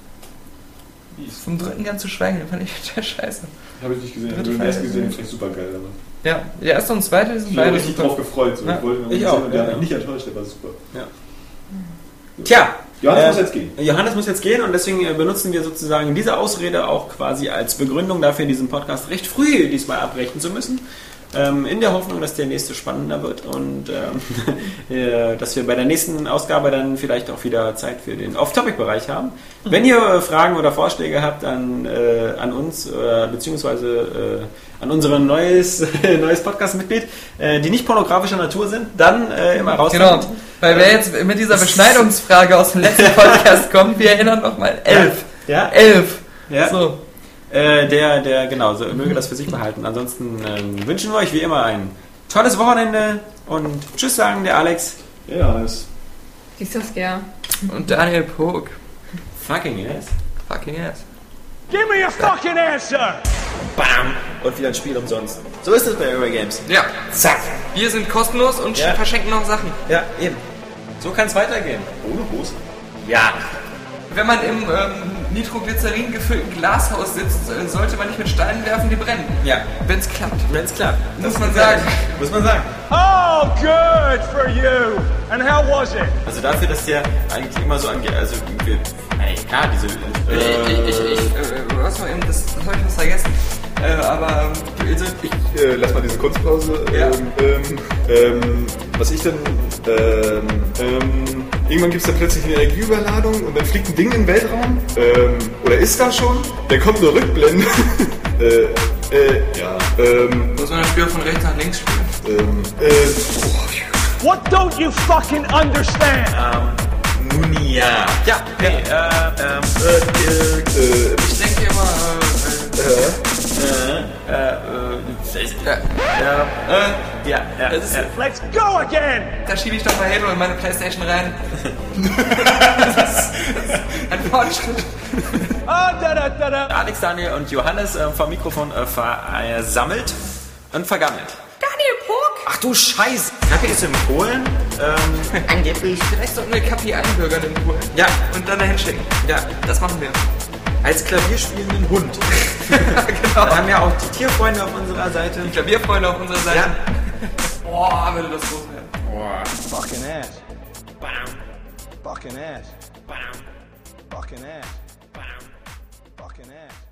vom dritten ganz zu schweigen, den fand ich total scheiße. Habe ich nicht gesehen. Dritte Ich habe den ersten Teil. gesehen, fand ich super geil. Aber Ja, der erste und zweite sind ich habe beide mich richtig super. drauf gefreut. So. Ja. Ich wollte ihn Ich sehen auch, und der ja, hat ja. mich nicht enttäuscht, der war super. Tja, Johannes muss jetzt gehen. Johannes muss jetzt gehen und deswegen benutzen wir sozusagen diese Ausrede auch quasi als Begründung dafür, diesen Podcast recht früh diesmal abbrechen zu müssen. In der Hoffnung, dass der nächste spannender wird und dass wir bei der nächsten Ausgabe dann vielleicht auch wieder Zeit für den Off-Topic-Bereich haben. Wenn ihr Fragen oder Vorschläge habt an uns beziehungsweise an unseren neues Podcast-Mitglied, die nicht pornografischer Natur sind, dann immer raus. Genau, weil wer jetzt mit dieser Beschneidungsfrage aus dem letzten Podcast kommt, wir erinnern nochmal, 11. Ja. 11. Ja. So. Genau, so möge das für sich behalten. Ansonsten wünschen wir euch wie immer ein tolles Wochenende und tschüss sagen der Alex. Ja, Johannes. Die Saskia. Und Daniel Pog. Fucking yes. Fucking yes. Give me a fucking answer! Bam! Und wieder ein Spiel umsonst. So ist es bei Eurogames. Ja, Zack. wir sind kostenlos und Ja. verschenken noch Sachen. Ja, eben. So kann es weitergehen. Ohne Hose. Ja. Wenn man im Nitroglycerin gefüllten Glashaus sitzt, sollte man nicht mit Steinen werfen, die brennen. Ja. Wenn es klappt. Wenn es klappt. Muss man sagen. Muss man sagen. Oh, good for you! And how was it? Also dafür, dass der eigentlich immer so angeht. Also, klar, diese. Was war eben, das habe ich was vergessen. aber also, Ich lass mal diese Kunstpause. Ja. Was ich dann... irgendwann gibt es dann plötzlich eine Energieüberladung und dann fliegt ein Ding in den Weltraum. Oder ist da schon? Dann kommt eine Rückblende. Muss man das Spiel von rechts nach links spielen? What don't you fucking understand? Munia. Ja, nee, Ich denke immer, Let's go again! da schiebe ich doch mal Halo in meine Playstation rein. Das ist ein Fortschritt. Alex, Daniel und Johannes vom Mikrofon versammelt und vergammelt. Daniel Puck! Ach du Scheiße! Kaffee ist in Polen. Angeblich. Vielleicht sollten wir Kapi einbürgern in Polen. Ja, Und dann dahin schicken. ja, Das machen wir. als klavierspielenden Hund. Genau. Wir haben ja auch die Tierfreunde auf unserer Seite. Klavierfreunde auf unserer Seite. Ja. Boah, würde das groß werden. Fucking ass. Fucking ass. Fucking ass. Fucking ass.